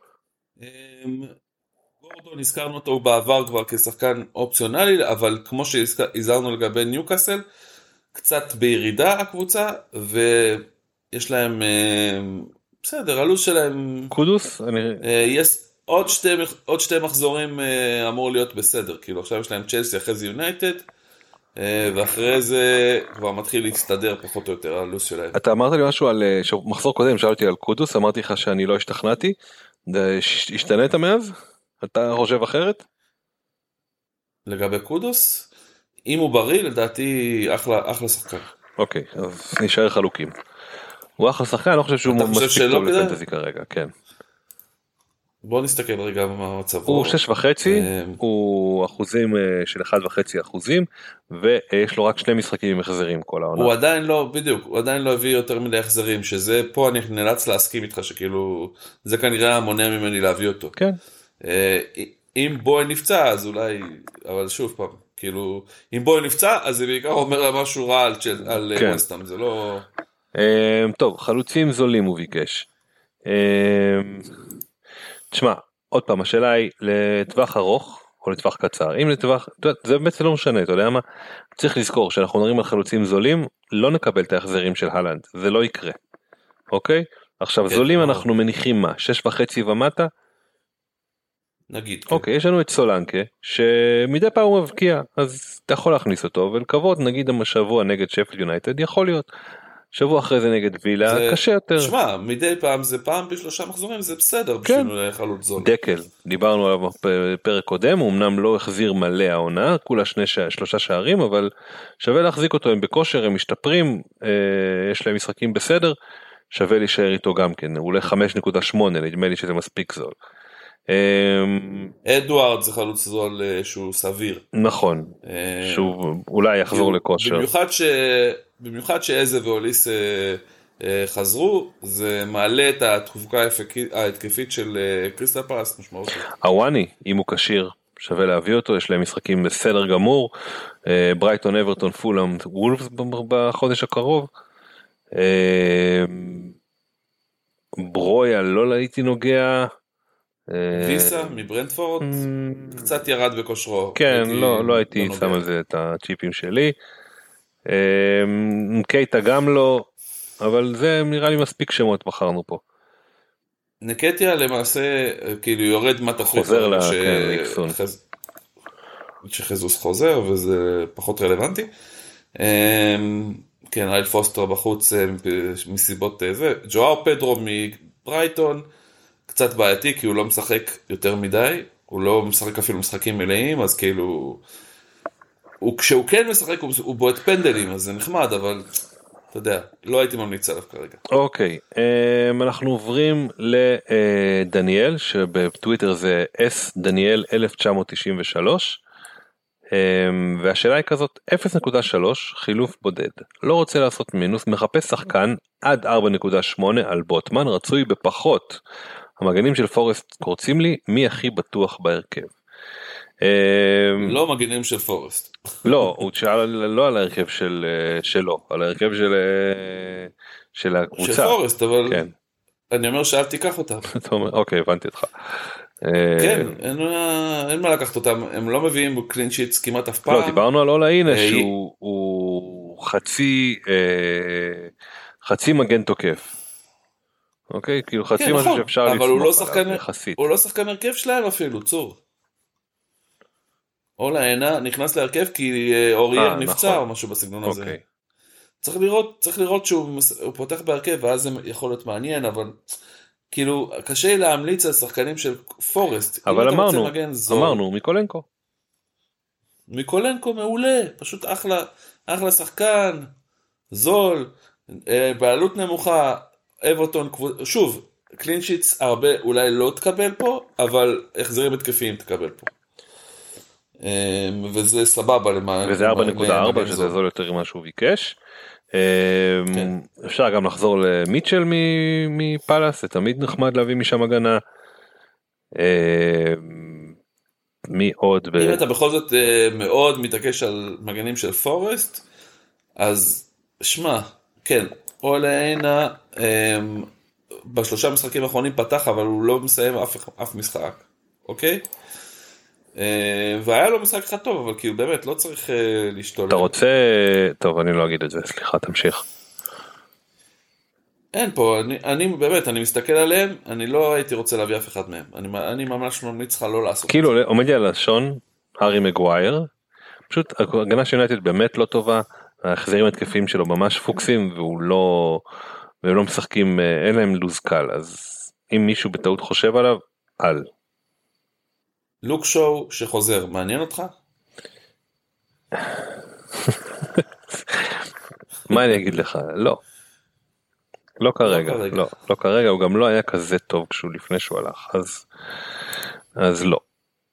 גורדון הזכרנו אותו בעבר כבר כשחקן אופציונלי, אבל כמו שהזכרנו לגבי ניוקאסל, קצת בירידה הקבוצה, ויש להם בסדר, הלו"ז שלהם קודוס, אני... יש עוד שתי, עוד שתי מחזורים אמור להיות בסדר, כאילו עכשיו יש להם צ'לסי, אחרי זה יונייטד, ואחרי זה כבר מתחיל להסתדר פחות או יותר הלו"ז שלהם. אתה אמרת לי משהו על מחזור קודם, שאלתי על קודוס, אמרתי לך שאני לא השתכנעתי, השתנית מאז? אתה חושב אחרת? לגבי קודוס, אם הוא בריא, לדעתי אחלה, אחלה שחקן. אוקיי, אז נשאר חלוקים. הוא אחלה שחקן, אני לא חושב שהוא מספיק טוב לפנטזי כרגע, כן. בוא נסתכל רגע מה מצבו. הוא שש וחצי, הוא אחוזים של אחד וחצי אחוזים, ויש לו רק שני משחקים עם החזרים כל העונה. הוא עדיין לא, בדיוק, הוא עדיין לא הביא יותר מדי החזרים, שזה פה אני נאלץ להסכים איתך, שכאילו, זה כנראה המונע ממני להביא אותו. כן. אם בואי נפצע, אז אולי, אבל שוב פעם, כאילו, אם בואי נפצע, אז זה בעיקר אומר משהו רע על ווסטהאם, זה לא... טוב, חלוצים זולים הוא ביקש. תשמע, עוד פעם, השאלה היא לטווח ארוך או לטווח קצר. אם לטווח, זה בעצם לא משנה, אתה יודע מה? צריך לזכור שאנחנו נראים על חלוצים זולים, לא נקבל את ההחזרים של הלנד, זה לא יקרה. אוקיי? עכשיו כן, זולים ברור. אנחנו מניחים מה? שש וחצי ומטה? נגיד, כן. אוקיי, יש לנו את סולנקה, שמדי פעם הוא מבקיע, אז אתה יכול להכניס אותו, ולקוות, נגיד השבוע נגד שפילד יונייטד, יכול להיות. שבוע אחרי זה נגד וילה, זה- קשה יותר. שמע, מדי פעם זה פעם בשלושה מחזורים, זה בסדר כן. בשביל חלוץ זול. דקל, דיברנו עליו בפרק קודם, הוא אמנם לא החזיר מלא העונה, כולה שני ש... שלושה שערים, אבל שווה להחזיק אותו, הם בכושר, הם משתפרים, אה, יש להם משחקים בסדר, שווה להישאר איתו גם כן, הוא עולה חמש נקודה שמונה, נדמה לי שזה מספיק זול. אה, אדוארד זה חלוץ זול אה, שהוא סביר. נכון, אה, שהוא אולי יחזור כאילו, לכושר. במיוחד ש... במיוחד שאיזה ואוליס אה, אה, חזרו, זה מעלה את התקופה ההתקפית- ההתקפית של אה, קריסטל פלאס משמעותית. הוואני, אם הוא כשיר, שווה להביא אותו, יש להם משחקים בסדר גמור, אה, ברייטון, אברטון, פולאם, וולפס בחודש הקרוב, אה, ברויה לא הייתי נוגע, אה, ויסה מברנטפורד אה, קצת ירד בכושרו. כן, הייתי לא, לא הייתי נוגע. שם על זה את הצ'יפים שלי, אה, קייטה גם לא, אבל זה נראה לי מספיק שמות בחרנו פה. נקטיה למעשה כאילו יורד מהתפריט. חוזר לה, ש- כן, איקסון. חז- שחזוס חוזר וזה פחות רלוונטי. אמ, כן, רייל פוסטר בחוץ אה, מסיבות אה, זה. ג'ואר פדרו מברייטון, קצת בעייתי כי הוא לא משחק יותר מדי, הוא לא משחק אפילו משחקים מלאים, אז כאילו, הוא, כשהוא כן משחק הוא, הוא בועט פנדלים, אז זה נחמד, אבל אתה יודע, לא הייתי ממליץ עליו כרגע. אוקיי, um, אנחנו עוברים לדניאל, שבטוויטר זה אס דניאל אלף תשע מאות תשעים ושלוש, um, והשאלה היא כזאת, אפס נקודה שלוש חילוף בודד, לא רוצה לעשות מינוס, מחפש שחקן עד ארבע נקודה שמונה על בוטמן, רצוי בפחות, המגנים של פורסט קורצים לי, מי הכי בטוח בהרכב? Um, לא מגנים של פורסט. לא, הוא שאל לא על ההרכב של, שלו, על ההרכב של, של הקבוצה. של פורסט, אבל כן. אני אומר שאל תיקח אותם. אתה אומר, אוקיי, הבנתי אותך. כן, אין, אין מה לקחת אותם, הם לא מביאים קלין שיטס כמעט אף פעם. לא, דיברנו על אולה הנה אה, שהוא הוא חצי, אה, חצי מגן תוקף. אוקיי, כאילו חצי כן, משהו נכון, שאפשר אבל הוא לא לסמוך שחקן, עליו, יחסית. הוא לא שחקן הרכב שלהם אפילו, צור. אולה הנה נכנס להרכב כי אה, אוריאל אה, נפצע נכון. או משהו בסגנון הזה. אוקיי. צריך לראות, צריך לראות שהוא מס- הוא פותח בהרכב ואז זה יכול להיות מעניין, אבל כאילו קשה להמליץ על שחקנים של פורסט. אבל אם אתה רוצה אמרנו, מגן זול, אמרנו, מיקולנקו. מיקולנקו מעולה, פשוט אחלה, אחלה שחקן, זול, אה, בעלות נמוכה, אברטון, קבוצ- שוב, קלין שיטס הרבה אולי לא תקבל פה, אבל החזרים התקפיים תקבל פה. אה, וזה סבבה למה... וזה ארבע נקודה ארבע, למגן שזה זול. זול יותר ממה שהוא ביקש. אה, כן. אפשר גם לחזור למיטשל מ- מפלאס, זה תמיד נחמד להביא משם הגנה. אה, מי עוד? ב- אם אתה בכל זאת אה, מאוד מתעקש על מגנים של פורסט, אז שמע, כן, אולה הנה אה, בשלושה משחקים האחרונים פתח, אבל הוא לא מסיים אף, אף משחק, אוקיי? אה, והיה לו משחק אחד טוב, אבל כאילו באמת לא צריך אה, להשתולל. אתה רוצה, טוב אני לא אגיד את זה, סליחה תמשיך. אין פה, אני, אני באמת, אני מסתכל עליהם, אני לא הייתי רוצה להביא אף אחד מהם, אני, אני ממש ממליץ לך לא לעשות. כאילו עומד לי על לשון, הארי מגווייר, פשוט הגנה של יונייטד באמת לא טובה, ההחזרים התקפים שלו ממש פוקסים, והוא לא, והם לא משחקים, אין להם לוז קל, אז אם מישהו בטעות חושב עליו, על. לוק שואו שחוזר, מעניין אותך? מה אני אגיד לך? לא. לא כרגע, כרגע. לא, לא כרגע, הוא גם לא היה כזה טוב כשהוא לפני שהוא הלך, אז, אז לא.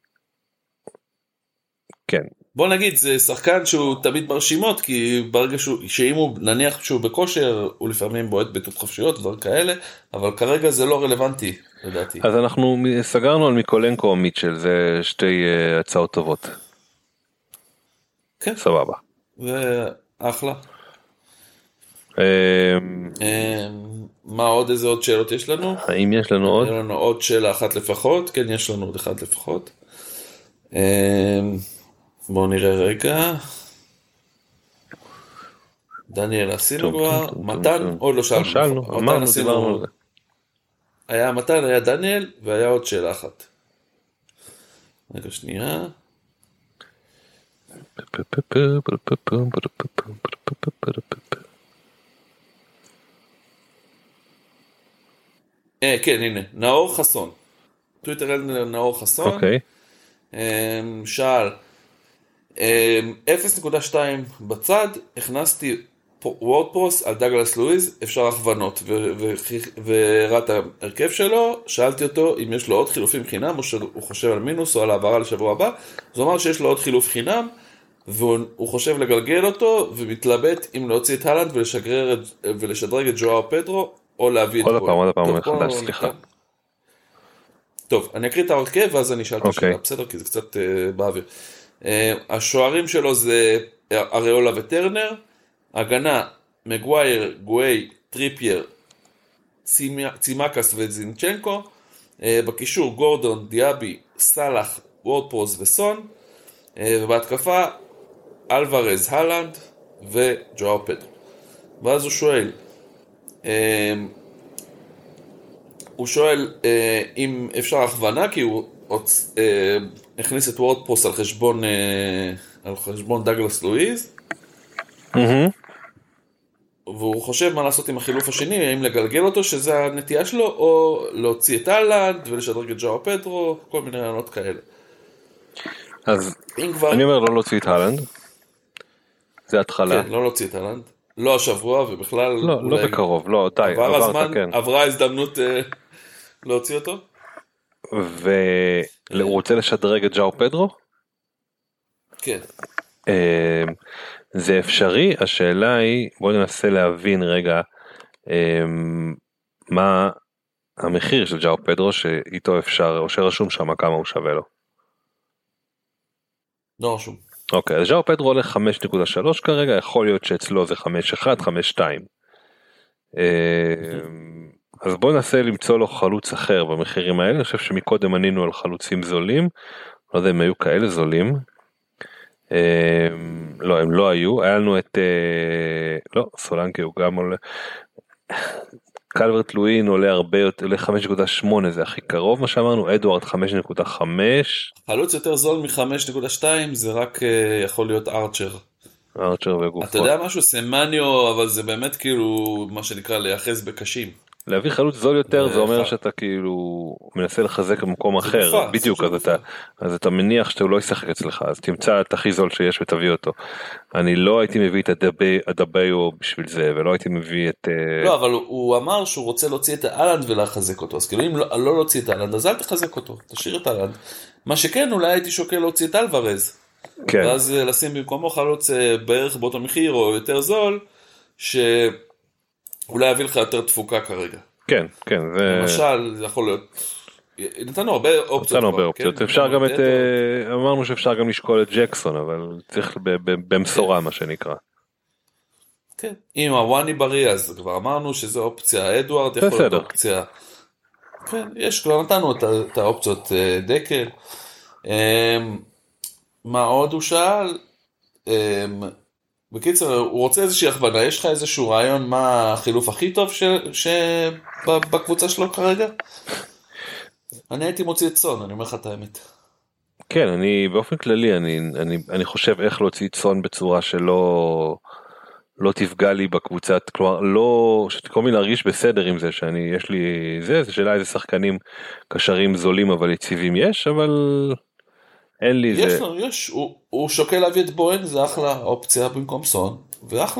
כן. בוא נגיד, זה שחקן שהוא תמיד ברשימות, כי ברגע שהוא, שאם הוא נניח שהוא בכושר, הוא לפעמים בועט בעיטות חופשיות, דבר כאלה, אבל כרגע זה לא רלוונטי, לדעתי. אז אנחנו סגרנו על מיקולנקו או מיטשל, זה שתי uh, הצעות טובות. כן. סבבה. זה אחלה. Um, מה עוד, איזה עוד שאלות יש לנו? האם יש לנו עוד? יש לנו עוד שאלה אחת לפחות, כן, יש לנו עוד אחד לפחות. בואו נראה רגע. דניאל עשינו טוב, כבר, טוב, טוב, מתן טוב. עוד לא שאלנו, שאלנו, מתן אמרנו, עשינו- דיברנו על זה. היה מתן, היה דניאל, והיה עוד שאלה אחת. רגע שנייה. אה, כן, הנה, נאור חסון. טוויטר אלדנר נאור חסון. אוקיי, אמ, שאל, אמ, אפס נקודה שתיים בצד, הכנסתי וורדפרוס על דאגלס לואיז, אפשר הכוונות, ו- ו- והראה את ההרכב שלו, שאלתי אותו אם יש לו עוד חילופים חינם, או שהוא חושב על מינוס או על העברה לשבוע הבא, אז הוא אמר שיש לו עוד חילוף חינם, והוא חושב לגלגל אותו, ומתלבט אם להוציא את הלנד ולשגרר את, ולשדרג את ג'ואר פדרו, או להביא את עוד הפעם, עוד הפעם טוב, מחדש, פה סליחה. ניתן. טוב, אני אקריא את ההרכב, ואז אני אשאל את אוקיי. השאלה, בסדר? כי זה קצת uh, באוויר. Uh, השוערים שלו זה אריולה וטרנר, הגנה, מגווייר, גואי, טריפייר, צימקס וזינצ'נקו, uh, בקישור גורדון, דיאבי, סלאח, וורדפרוס וסון, uh, ובהתקפה אלוורז, הלנד וג'ואר פדרו. ואז הוא שואל, uh, הוא שואל אה, אם אפשר הכוונה, כי הוא אה, הכניס את וורדפרוס על חשבון, אה, על חשבון דאגלס לואיז, מהמם. והוא חושב מה לעשות עם החילוף השני, האם לגלגל אותו, שזה הנטייה שלו, או להוציא את הלנד ולשדרג את ג'ואר פדרו, כל מיני רעיונות כאלה. אז אם כבר... אני אומר לא להוציא את הלנד, זה התחלה. כן, לא להוציא את הלנד. לא השבוע, ובכלל... לא, לא אולי בקרוב, לא, די, עבר עברת, הזמן, כן. עברה ההזדמנות אה, להוציא אותו? והוא רוצה לשדרג את ג'או פדרו? כן. אה, זה אפשרי, השאלה היא, בואו ננסה להבין רגע אה, מה המחיר של ג'או פדרו שאיתו אפשר, או שרשום שם כמה הוא שווה לו. לא רשום. אוקיי, אז ג'או פדרו עולה חמש נקודה שלוש כרגע, יכול להיות שאצלו זה חמש נקודה אחת, חמש נקודה שתיים. אז בואו ננסה למצוא לו חלוץ אחר במחירים האלה, אני חושב שמקודם ענינו על חלוצים זולים, לא יודע אם היו כאלה זולים, לא, הם לא היו, היה לנו את, לא, סולנקי הוא גם עולה, קלברט לואין עולה הרבה יותר, עולה חמש נקודה שמונה, זה הכי קרוב מה שאמרנו, אדוארד חמש נקודה חמש. חלוץ יותר זול מ-חמש נקודה שתיים זה רק uh, יכול להיות ארצ'ר. ארצ'ר וגופות. אתה יודע משהו? סמניו, אבל זה באמת כאילו מה שנקרא להיאחז בקשים. להביא חלוץ זול יותר זה אומר אחד. שאתה כאילו מנסה לחזק במקום אחר, גופה, בדיוק, אז אתה, אז אתה מניח שאתה לא ישחק אצלך, אז תמצא את הכי זול שיש ותביא אותו. אני לא הייתי מביא את הדביו בשביל זה, ולא הייתי מביא את... לא, אבל הוא אמר שהוא רוצה להוציא את האלנד ולחזק אותו, אז כאילו אם לא, לא להוציא את האלנד, אז אל תחזק אותו, תשאיר את האלנד. מה שכן, אולי הייתי שוקל להוציא את אלוורז, כן. ואז לשים במקומו חלוץ בערך באותו מחיר או יותר זול, שאולי יביא לך יותר תפוקה כרגע. כן, כן, זה... למשל, זה יכול להיות... נתנו הרבה אופציות. נתנו הרבה אופציות, אפשר גם את... אמרנו שאפשר גם לשקול את ג'קסון, אבל צריך במשורה מה שנקרא. כן, אם הוואני בריא, אז כבר אמרנו שזו אופציה, אדוארד יכול להיות אופציה. כן, יש, כבר נתנו את האופציות דקל. מה עוד הוא שאל? בקיצר, הוא רוצה איזושהי הכוונה, יש לך איזשהו רעיון מה החילוף הכי טוב שבקבוצה שלו כרגע? אני הייתי מוציא את סון, אני אומר לך את האמת. כן, אני באופן כללי, אני, אני, אני חושב איך להוציא את סון בצורה שלא לא תפגע לי בקבוצת, כלומר, לא, שתקום לי להרגיש בסדר עם זה, שאני, יש לי זה, זה שאלה איזה שחקנים קשרים זולים אבל יציבים יש, אבל אין לי יש זה. יש לו, יש, הוא, הוא שוקל להביא את בוהן, זה אחלה אופציה במקום סון, ואחלה.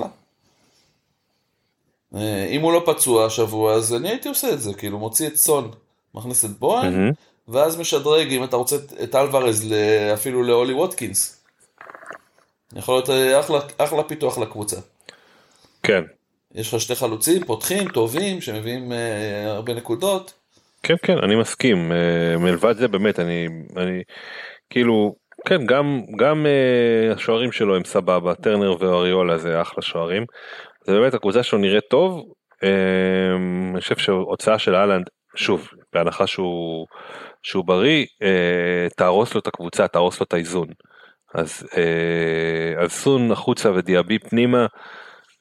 אם הוא לא פצוע השבוע, אז אני הייתי עושה את זה, כאילו מוציא את סון, מכניס את בוהן, mm-hmm. ואז משדרג, אם אתה רוצה את אלוורז, אפילו לאולי ווטקינס. יכול להיות אחלה, אחלה פיתוח לקבוצה. כן. יש לך שתי חלוצים, פותחים, טובים, שמביאים אה, הרבה נקודות. כן, כן, אני מסכים. אה, מלבד זה באמת, אני, אני, כאילו, כן, גם, גם אה, השוערים שלו הם סבבה, טרנר ואריולה זה אחלה שוערים. זה באמת, הקבוצה שלו נראית טוב. אה, אני חושב שההוצאה של אהלנד, שוב, בהנחה שהוא, שהוא בריא, אה, תהרוס לו את הקבוצה, תהרוס לו את האיזון. אז, אה, אז סון החוצה ודיאבי פנימה,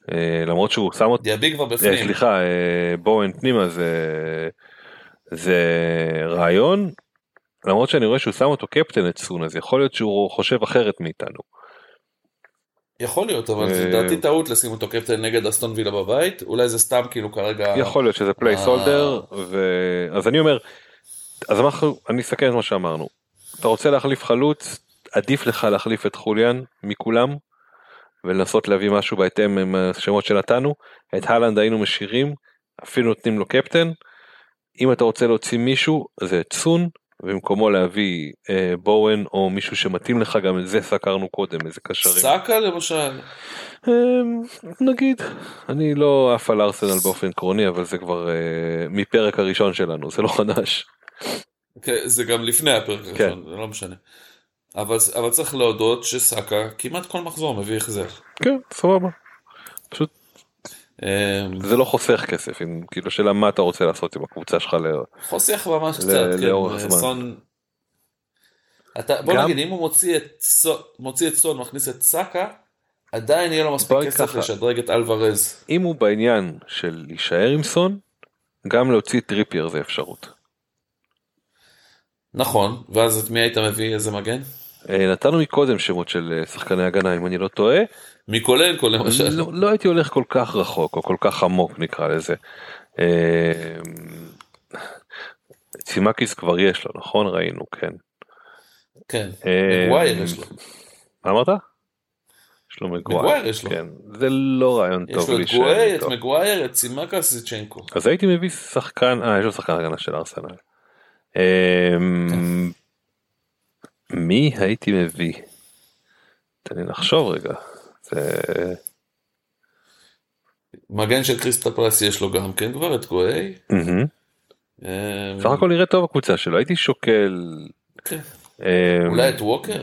למרות שהוא שם אותו, דיאבי כבר בפנים. סליחה, בואן פנימה זה, זה רעיון, למרות שאני רואה שהוא שם אותו קפטן את סון, אז יכול להיות שהוא חושב אחרת מאיתנו. יכול להיות, אבל זה דעתי טעות לשים אותו קפטן נגד אסטון וילה בבית, אולי זה סתם כאילו כרגע... יכול להיות שזה פלייסולדר, אז אני אומר, אז אני אסכם את מה שאמרנו, אתה רוצה להחליף חלוץ, עדיף לך להחליף את חוליאן מכולם, ולנסות להביא משהו בהתאם עם השמות שנתנו, את הלנד היינו משאירים, אפילו נותנים לו קפטן, אם אתה רוצה להוציא מישהו, זה את סון, ובמקומו להביא אה, בואן, או מישהו שמתאים לך, גם את זה סקרנו קודם, איזה קשרים. סאקה למשל? אה, נגיד, אני לא אף על ארסנל באופן קרוני, אבל זה כבר אה, מפרק הראשון שלנו, זה לא חדש. כן, זה גם לפני הפרק הראשון, כן. זה לא משנה. אבל, אבל צריך להודות שסאקה כמעט כל מחזור מביא החזר. כן, סבבה. פשוט זה לא חוסך כסף, כאילו שאלה מה אתה רוצה לעשות עם הקבוצה שלך חוסך ממש קצת, כן, סון, בוא נגיד, אם הוא מוציא את סון, מכניס את סאקה, עדיין יהיה לו מספיק כסף לשדרג את אלוורז. אם הוא בעניין של להישאר עם סון, גם להוציא טריפייר זה אפשרות. נכון, ואז את מי היית מביא, איזה מגן? נתנו מקודם שמות של שחקני הגנה, אם אני לא טועה. מיקולנקו למשל. לא, לא הייתי הולך כל כך רחוק, או כל כך עמוק נקרא לזה. צימקיס כבר יש לו, נכון? ראינו, כן. כן, מגווייר יש לו. מה אמרת? יש לו מגווייר. מגווייר יש לו. כן, זה לא רעיון טוב. יש לו את מגווייר, את צימקיס, את צ'נקו. אז הייתי מביא שחקן, אה, יש לו שחקן הגנה של ארסנל. מי הייתי מביא? תן לי לחשוב רגע. זה... מגן של קריסטל פלאס יש לו גם כן כבר את גואי. סך הכל נראה טוב הקבוצה שלו, הייתי שוקל... אולי את ווקר?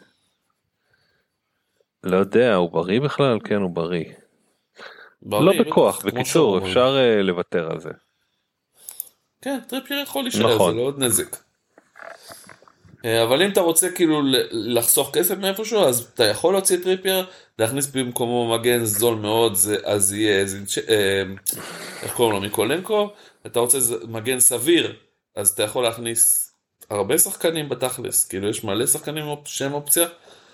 לא יודע, הוא בריא בכלל? כן, הוא בריא. לא בכוח, בקיצור, אפשר לוותר על זה. כן, טריפייר יכול להישאר, זה לא עוד נזק. אבל אם אתה רוצה כאילו לחסוך כסף מאיפשהו, אז אתה יכול להוציא טריפייר, להכניס במקומו מגן זול מאוד, אז יהיה, איך קוראים לו, מיקולנקו, אתה רוצה מגן סביר, אז אתה יכול להכניס הרבה שחקנים בתכלס, כאילו יש מלא שחקנים שהם אופציה.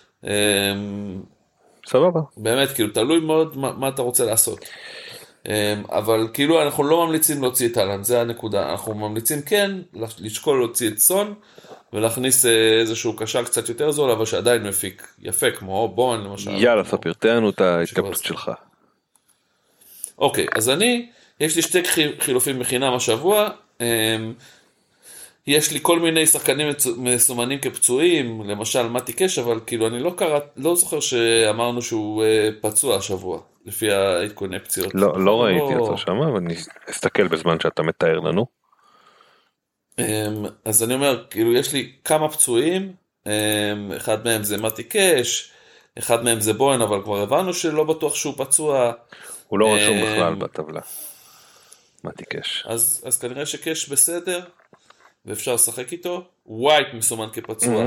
סבבה. באמת, כאילו תלוי מאוד מה אתה רוצה לעשות. אבל כאילו אנחנו לא ממליצים להוציא את הלנד, זה הנקודה, אנחנו ממליצים כן לשקול להוציא את סון ולהכניס איזשהו קשר קצת יותר זול, אבל שעדיין מפיק יפה, כמו בואן למשל. יאללה, ספיר, תן את ההתקפלות שלך. אוקיי, אז אני, יש לי שתי חילופים בחינם השבוע, יש לי כל מיני שחקנים מסומנים כפצועים, למשל מתי קש, אבל כאילו אני לא קראת, לא זוכר שאמרנו שהוא פצוע השבוע, לפי העדכוני פציעות. לא, לא ראיתי אותו שם, אבל אני אסתכל בזמן שאתה מתאר לנו. אז אני אומר, כאילו יש לי כמה פצועים, אחד מהם זה מתי קש, אחד מהם זה בוין, אבל כבר הבנו שלא בטוח שהוא פצוע. הוא לא רשום בכלל בטבלה. מתי קש. אז, אז כנראה שקש בסדר, ואפשר לשחק איתו. ווייט מסומן כפצוע.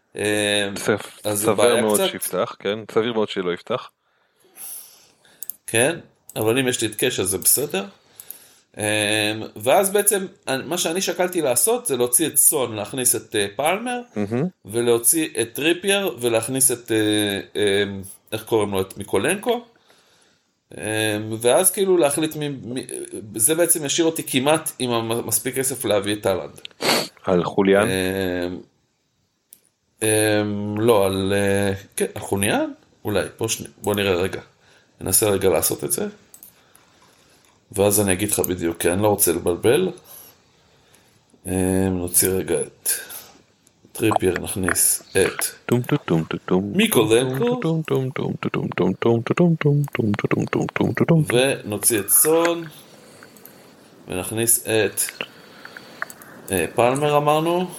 סביר מאוד שיפתח, כן? סביר מאוד שלא יפתח. כן, אבל אם יש לי את קש אז זה בסדר. ואז בעצם מה שאני שקלתי לעשות זה להוציא את סון, להכניס את פלמר, ולהוציא את טריפייר ולהכניס את, איך קוראים לו, את מיקולנקו, ואז כאילו להחליט, זה בעצם ישאיר אותי כמעט עם מספיק כסף להביא את הלנד. על חוליאן? לא, על, כן, על חוליאן? אולי, בוא נראה רגע, ננסה רגע לעשות את זה. ואז אני אגיד לך בדיוק, כי אני לא רוצה לבלבל. נוציא רגע את טריפייר, נכניס את מיקולנקו, ונוציא את סון, ונכניס את פלמר אמרנו.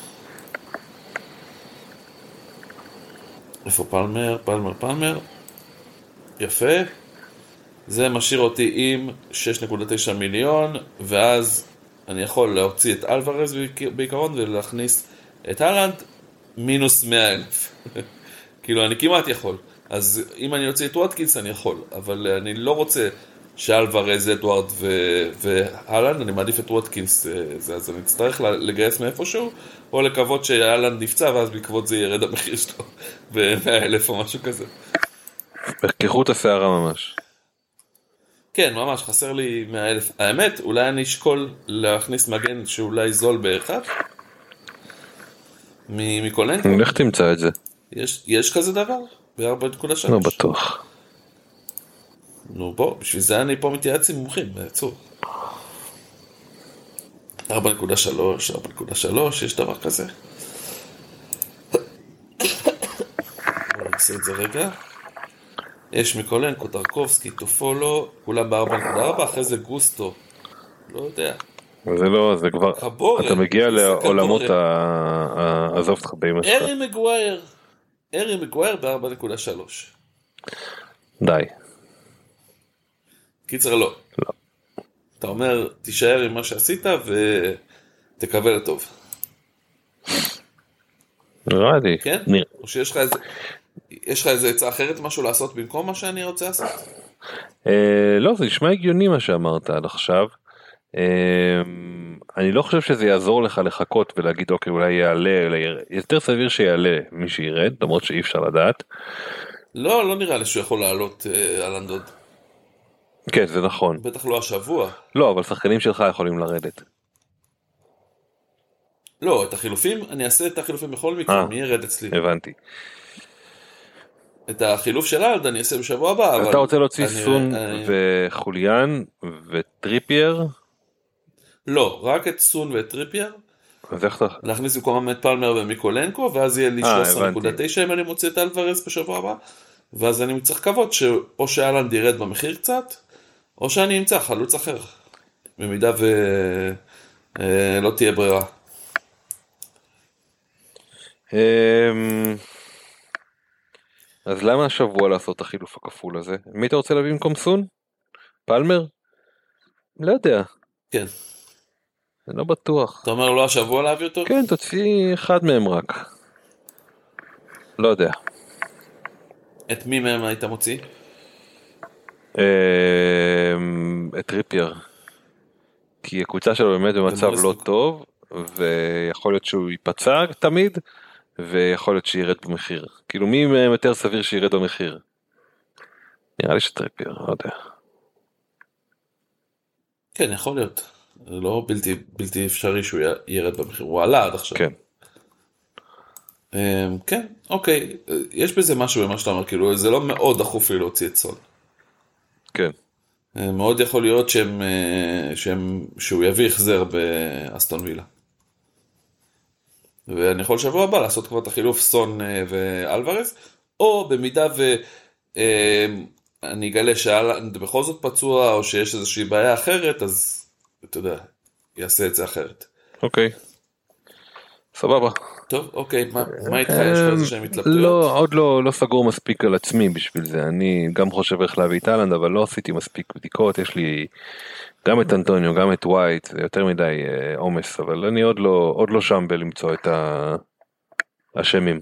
איפה פלמר? פלמר, פלמר. יפה. זה משאיר אותי עם שש נקודה תשע מיליון, ואז אני יכול להוציא את אלוורז בעיקרון, ולהכניס את הלנד מינוס מאה אלף. כאילו, אני כמעט יכול. אז אם אני רוצה את וודקינס אני יכול, אבל אני לא רוצה שאלוורז, אדוארד והלנד, אני מעדיף את וודקינס, אז אני אצטרך לגייס מאיפשהו, או לקוות שהלנד נפצע, ואז בעקבות זה ירד המחיר שלו ב-מאה אלף או משהו כזה. כחוט השערה ממש. כן, ממש, חסר לי מאה אלף. האמת, אולי אני אשקול להכניס מגן שאולי זול באחד, מקולנקו. איך תמצא את זה? יש, יש כזה דבר? ב-ארבע נקודה שלוש? לא בטוח. נו בוא, בשביל זה אני פה מתייעץ עם מומחים, בעצור. ארבע נקודה שלוש, ארבע נקודה שלוש, יש דבר כזה. בוא נעשה את זה רגע. יש מקולנקו, טרקובסקי, טופולו, כולם ב-ארבע נקודה ארבע, אחרי זה גוסטו. לא יודע. זה לא, זה כבר, קבורן, אתה מגיע לעולמות קבורן. העזוב אותך באמא שלך. ארי מגווייר, ארי מגווייר ב-ארבע נקודה שלוש. די. קיצר לא. לא. אתה אומר, תישאר עם מה שעשית ותקבל את טוב. נראה לי. כן? נראה. או שיש לך איזה, יש לך איזה עצה אחרת, משהו לעשות במקום מה שאני רוצה לעשות? אה, לא, זה נשמע הגיוני מה שאמרת עד עכשיו. אה, אני לא חושב שזה יעזור לך לחכות ולהגיד אוקיי אולי יעלה, יותר סביר שיעלה מי שירד, למרות שאי אפשר לדעת. לא, לא נראה לי שהוא יכול לעלות אה, על הנדוד. כן, זה נכון. בטח לא השבוע. לא, אבל שחקנים שלך יכולים לרדת. לא, את החילופים, אני אעשה את החילופים בכל מקרה, מי ירד אצלי. הבנתי. את החילוף של אלד אני אעשה בשבוע הבא, אבל... אתה רוצה להוציא אני, סון אני... וחוליאן וטריפייר? לא, רק את סון ואת טריפייר. אז איך אתה... להכניס במקומם את פלמר ומיקולנקו, ואז יהיה לי שלוש עשרה נקודה תשע אם אני מוצא את אלוורז בשבוע הבא. ואז אני צריך לקוות שאו שאלנד ירד במחיר קצת, או שאני אמצא חלוץ אחר. במידה ולא תהיה ברירה. אז למה השבוע לעשות את החילוף הכפול הזה? מי אתה רוצה להביא במקום סון? פלמר? לא יודע. כן. אני לא בטוח. אתה אומר לא השבוע להביא אותו? כן, תוציא אחד מהם רק. לא יודע. את מי מהם היית מוציא? את טריפייר. כי הקבוצה שלו באמת במצב לא טוב, ויכול להיות שהוא ייפצע תמיד, ויכול להיות שירד במחיר. כאילו מי מהם יותר סביר שירד במחיר? נראה לי שטריפייר, לא יודע. כן, יכול להיות. זה לא בלתי, בלתי אפשרי שהוא ירד במחיר. הוא עלה עד עכשיו. כן. כן, אוקיי. יש בזה משהו במה שאתה אומר, כאילו, זה לא מאוד דחוף לי להוציא את סון. כן. מאוד יכול להיות שהם, שהם, שהוא יביא החזר באסטון וילה. ואני יכול שבוע הבא לעשות כבר את החילוף סון ואלוורז, או במידה ואני אגלה שאלנד בכל זאת פצוע, או שיש איזושהי בעיה אחרת, אז אתה יודע, יעשה את זה אחרת. אוקיי. סבבה. טוב, אוקיי, מה, מה איתך? יש לך איזה שהם התלבטויות? לא, עוד לא, לא סגור מספיק על עצמי בשביל זה. אני גם חושב איך להביא את אלנד, אבל לא עשיתי מספיק בדיקות. יש לי גם את אנטוניו, גם את ווייט, זה יותר מדי עומס, אבל אני עוד לא, עוד לא שם בלמצוא את השמים.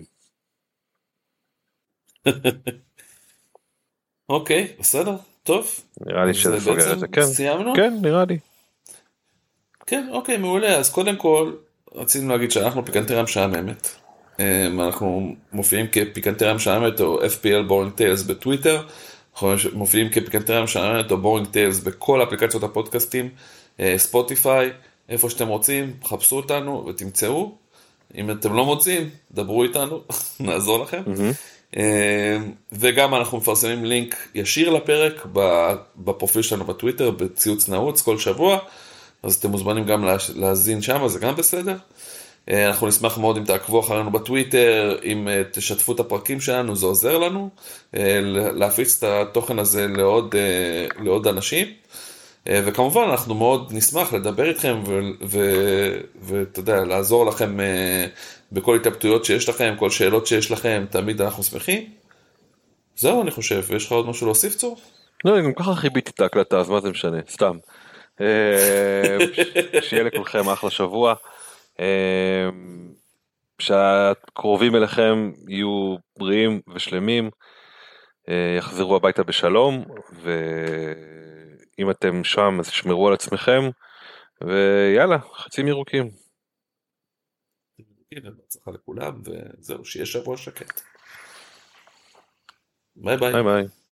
אוקיי, בסדר, טוב. נראה לי שזה סוגר את זה, כן. סיימנו? כן, נראה לי. כן, אוקיי, מעולה. אז קודם כל, רצינו להגיד שאנחנו פיקנטריה משעממת. אנחנו מופיעים כפיקנטריה משעממת או אף פי אל בורינג טיילס בטוויטר, אנחנו מופיעים כפיקנטריה משעממת או בורינג טיילס בכל אפליקציות הפודקאסטים, ספוטיפיי, איפה שאתם רוצים, חפשו אותנו ותמצאו. אם אתם לא מוצאים, דברו איתנו, נעזור לכם. וגם אנחנו מפרסמים לינק ישיר לפרק בפרופיל שלנו בטוויטר, בציוץ נעוץ כל שבוע, אז אתם מוזמנים גם להזין שם, זה גם בסדר. אנחנו נשמח מאוד אם תעקבו אחרינו בטוויטר, אם תשתפו את הפרקים שלנו, זה עוזר לנו, להפיץ את התוכן הזה לעוד, לעוד אנשים. וכמובן אנחנו מאוד נשמח לדבר איתכם ואתה יודע, לעזור לכם בכל התלבטויות שיש לכם, כל שאלות שיש לכם, תמיד אנחנו שמחים. זהו אני חושב, ויש לך עוד משהו להוסיף צור? לא, אני גם ככה חיביתי את ההקלטה, אז מה זה משנה, סתם. שיהיה לכולכם אחלה שבוע, שהקרובים אליכם יהיו בריאים ושלמים, יחזרו הביתה בשלום, ואם אתם שם אז שמרו על עצמכם, ויאללה, חצים ירוקים. בהצלחה לכולם, וזהו, שיהיה שבוע שקט. ביי ביי. ביי ביי.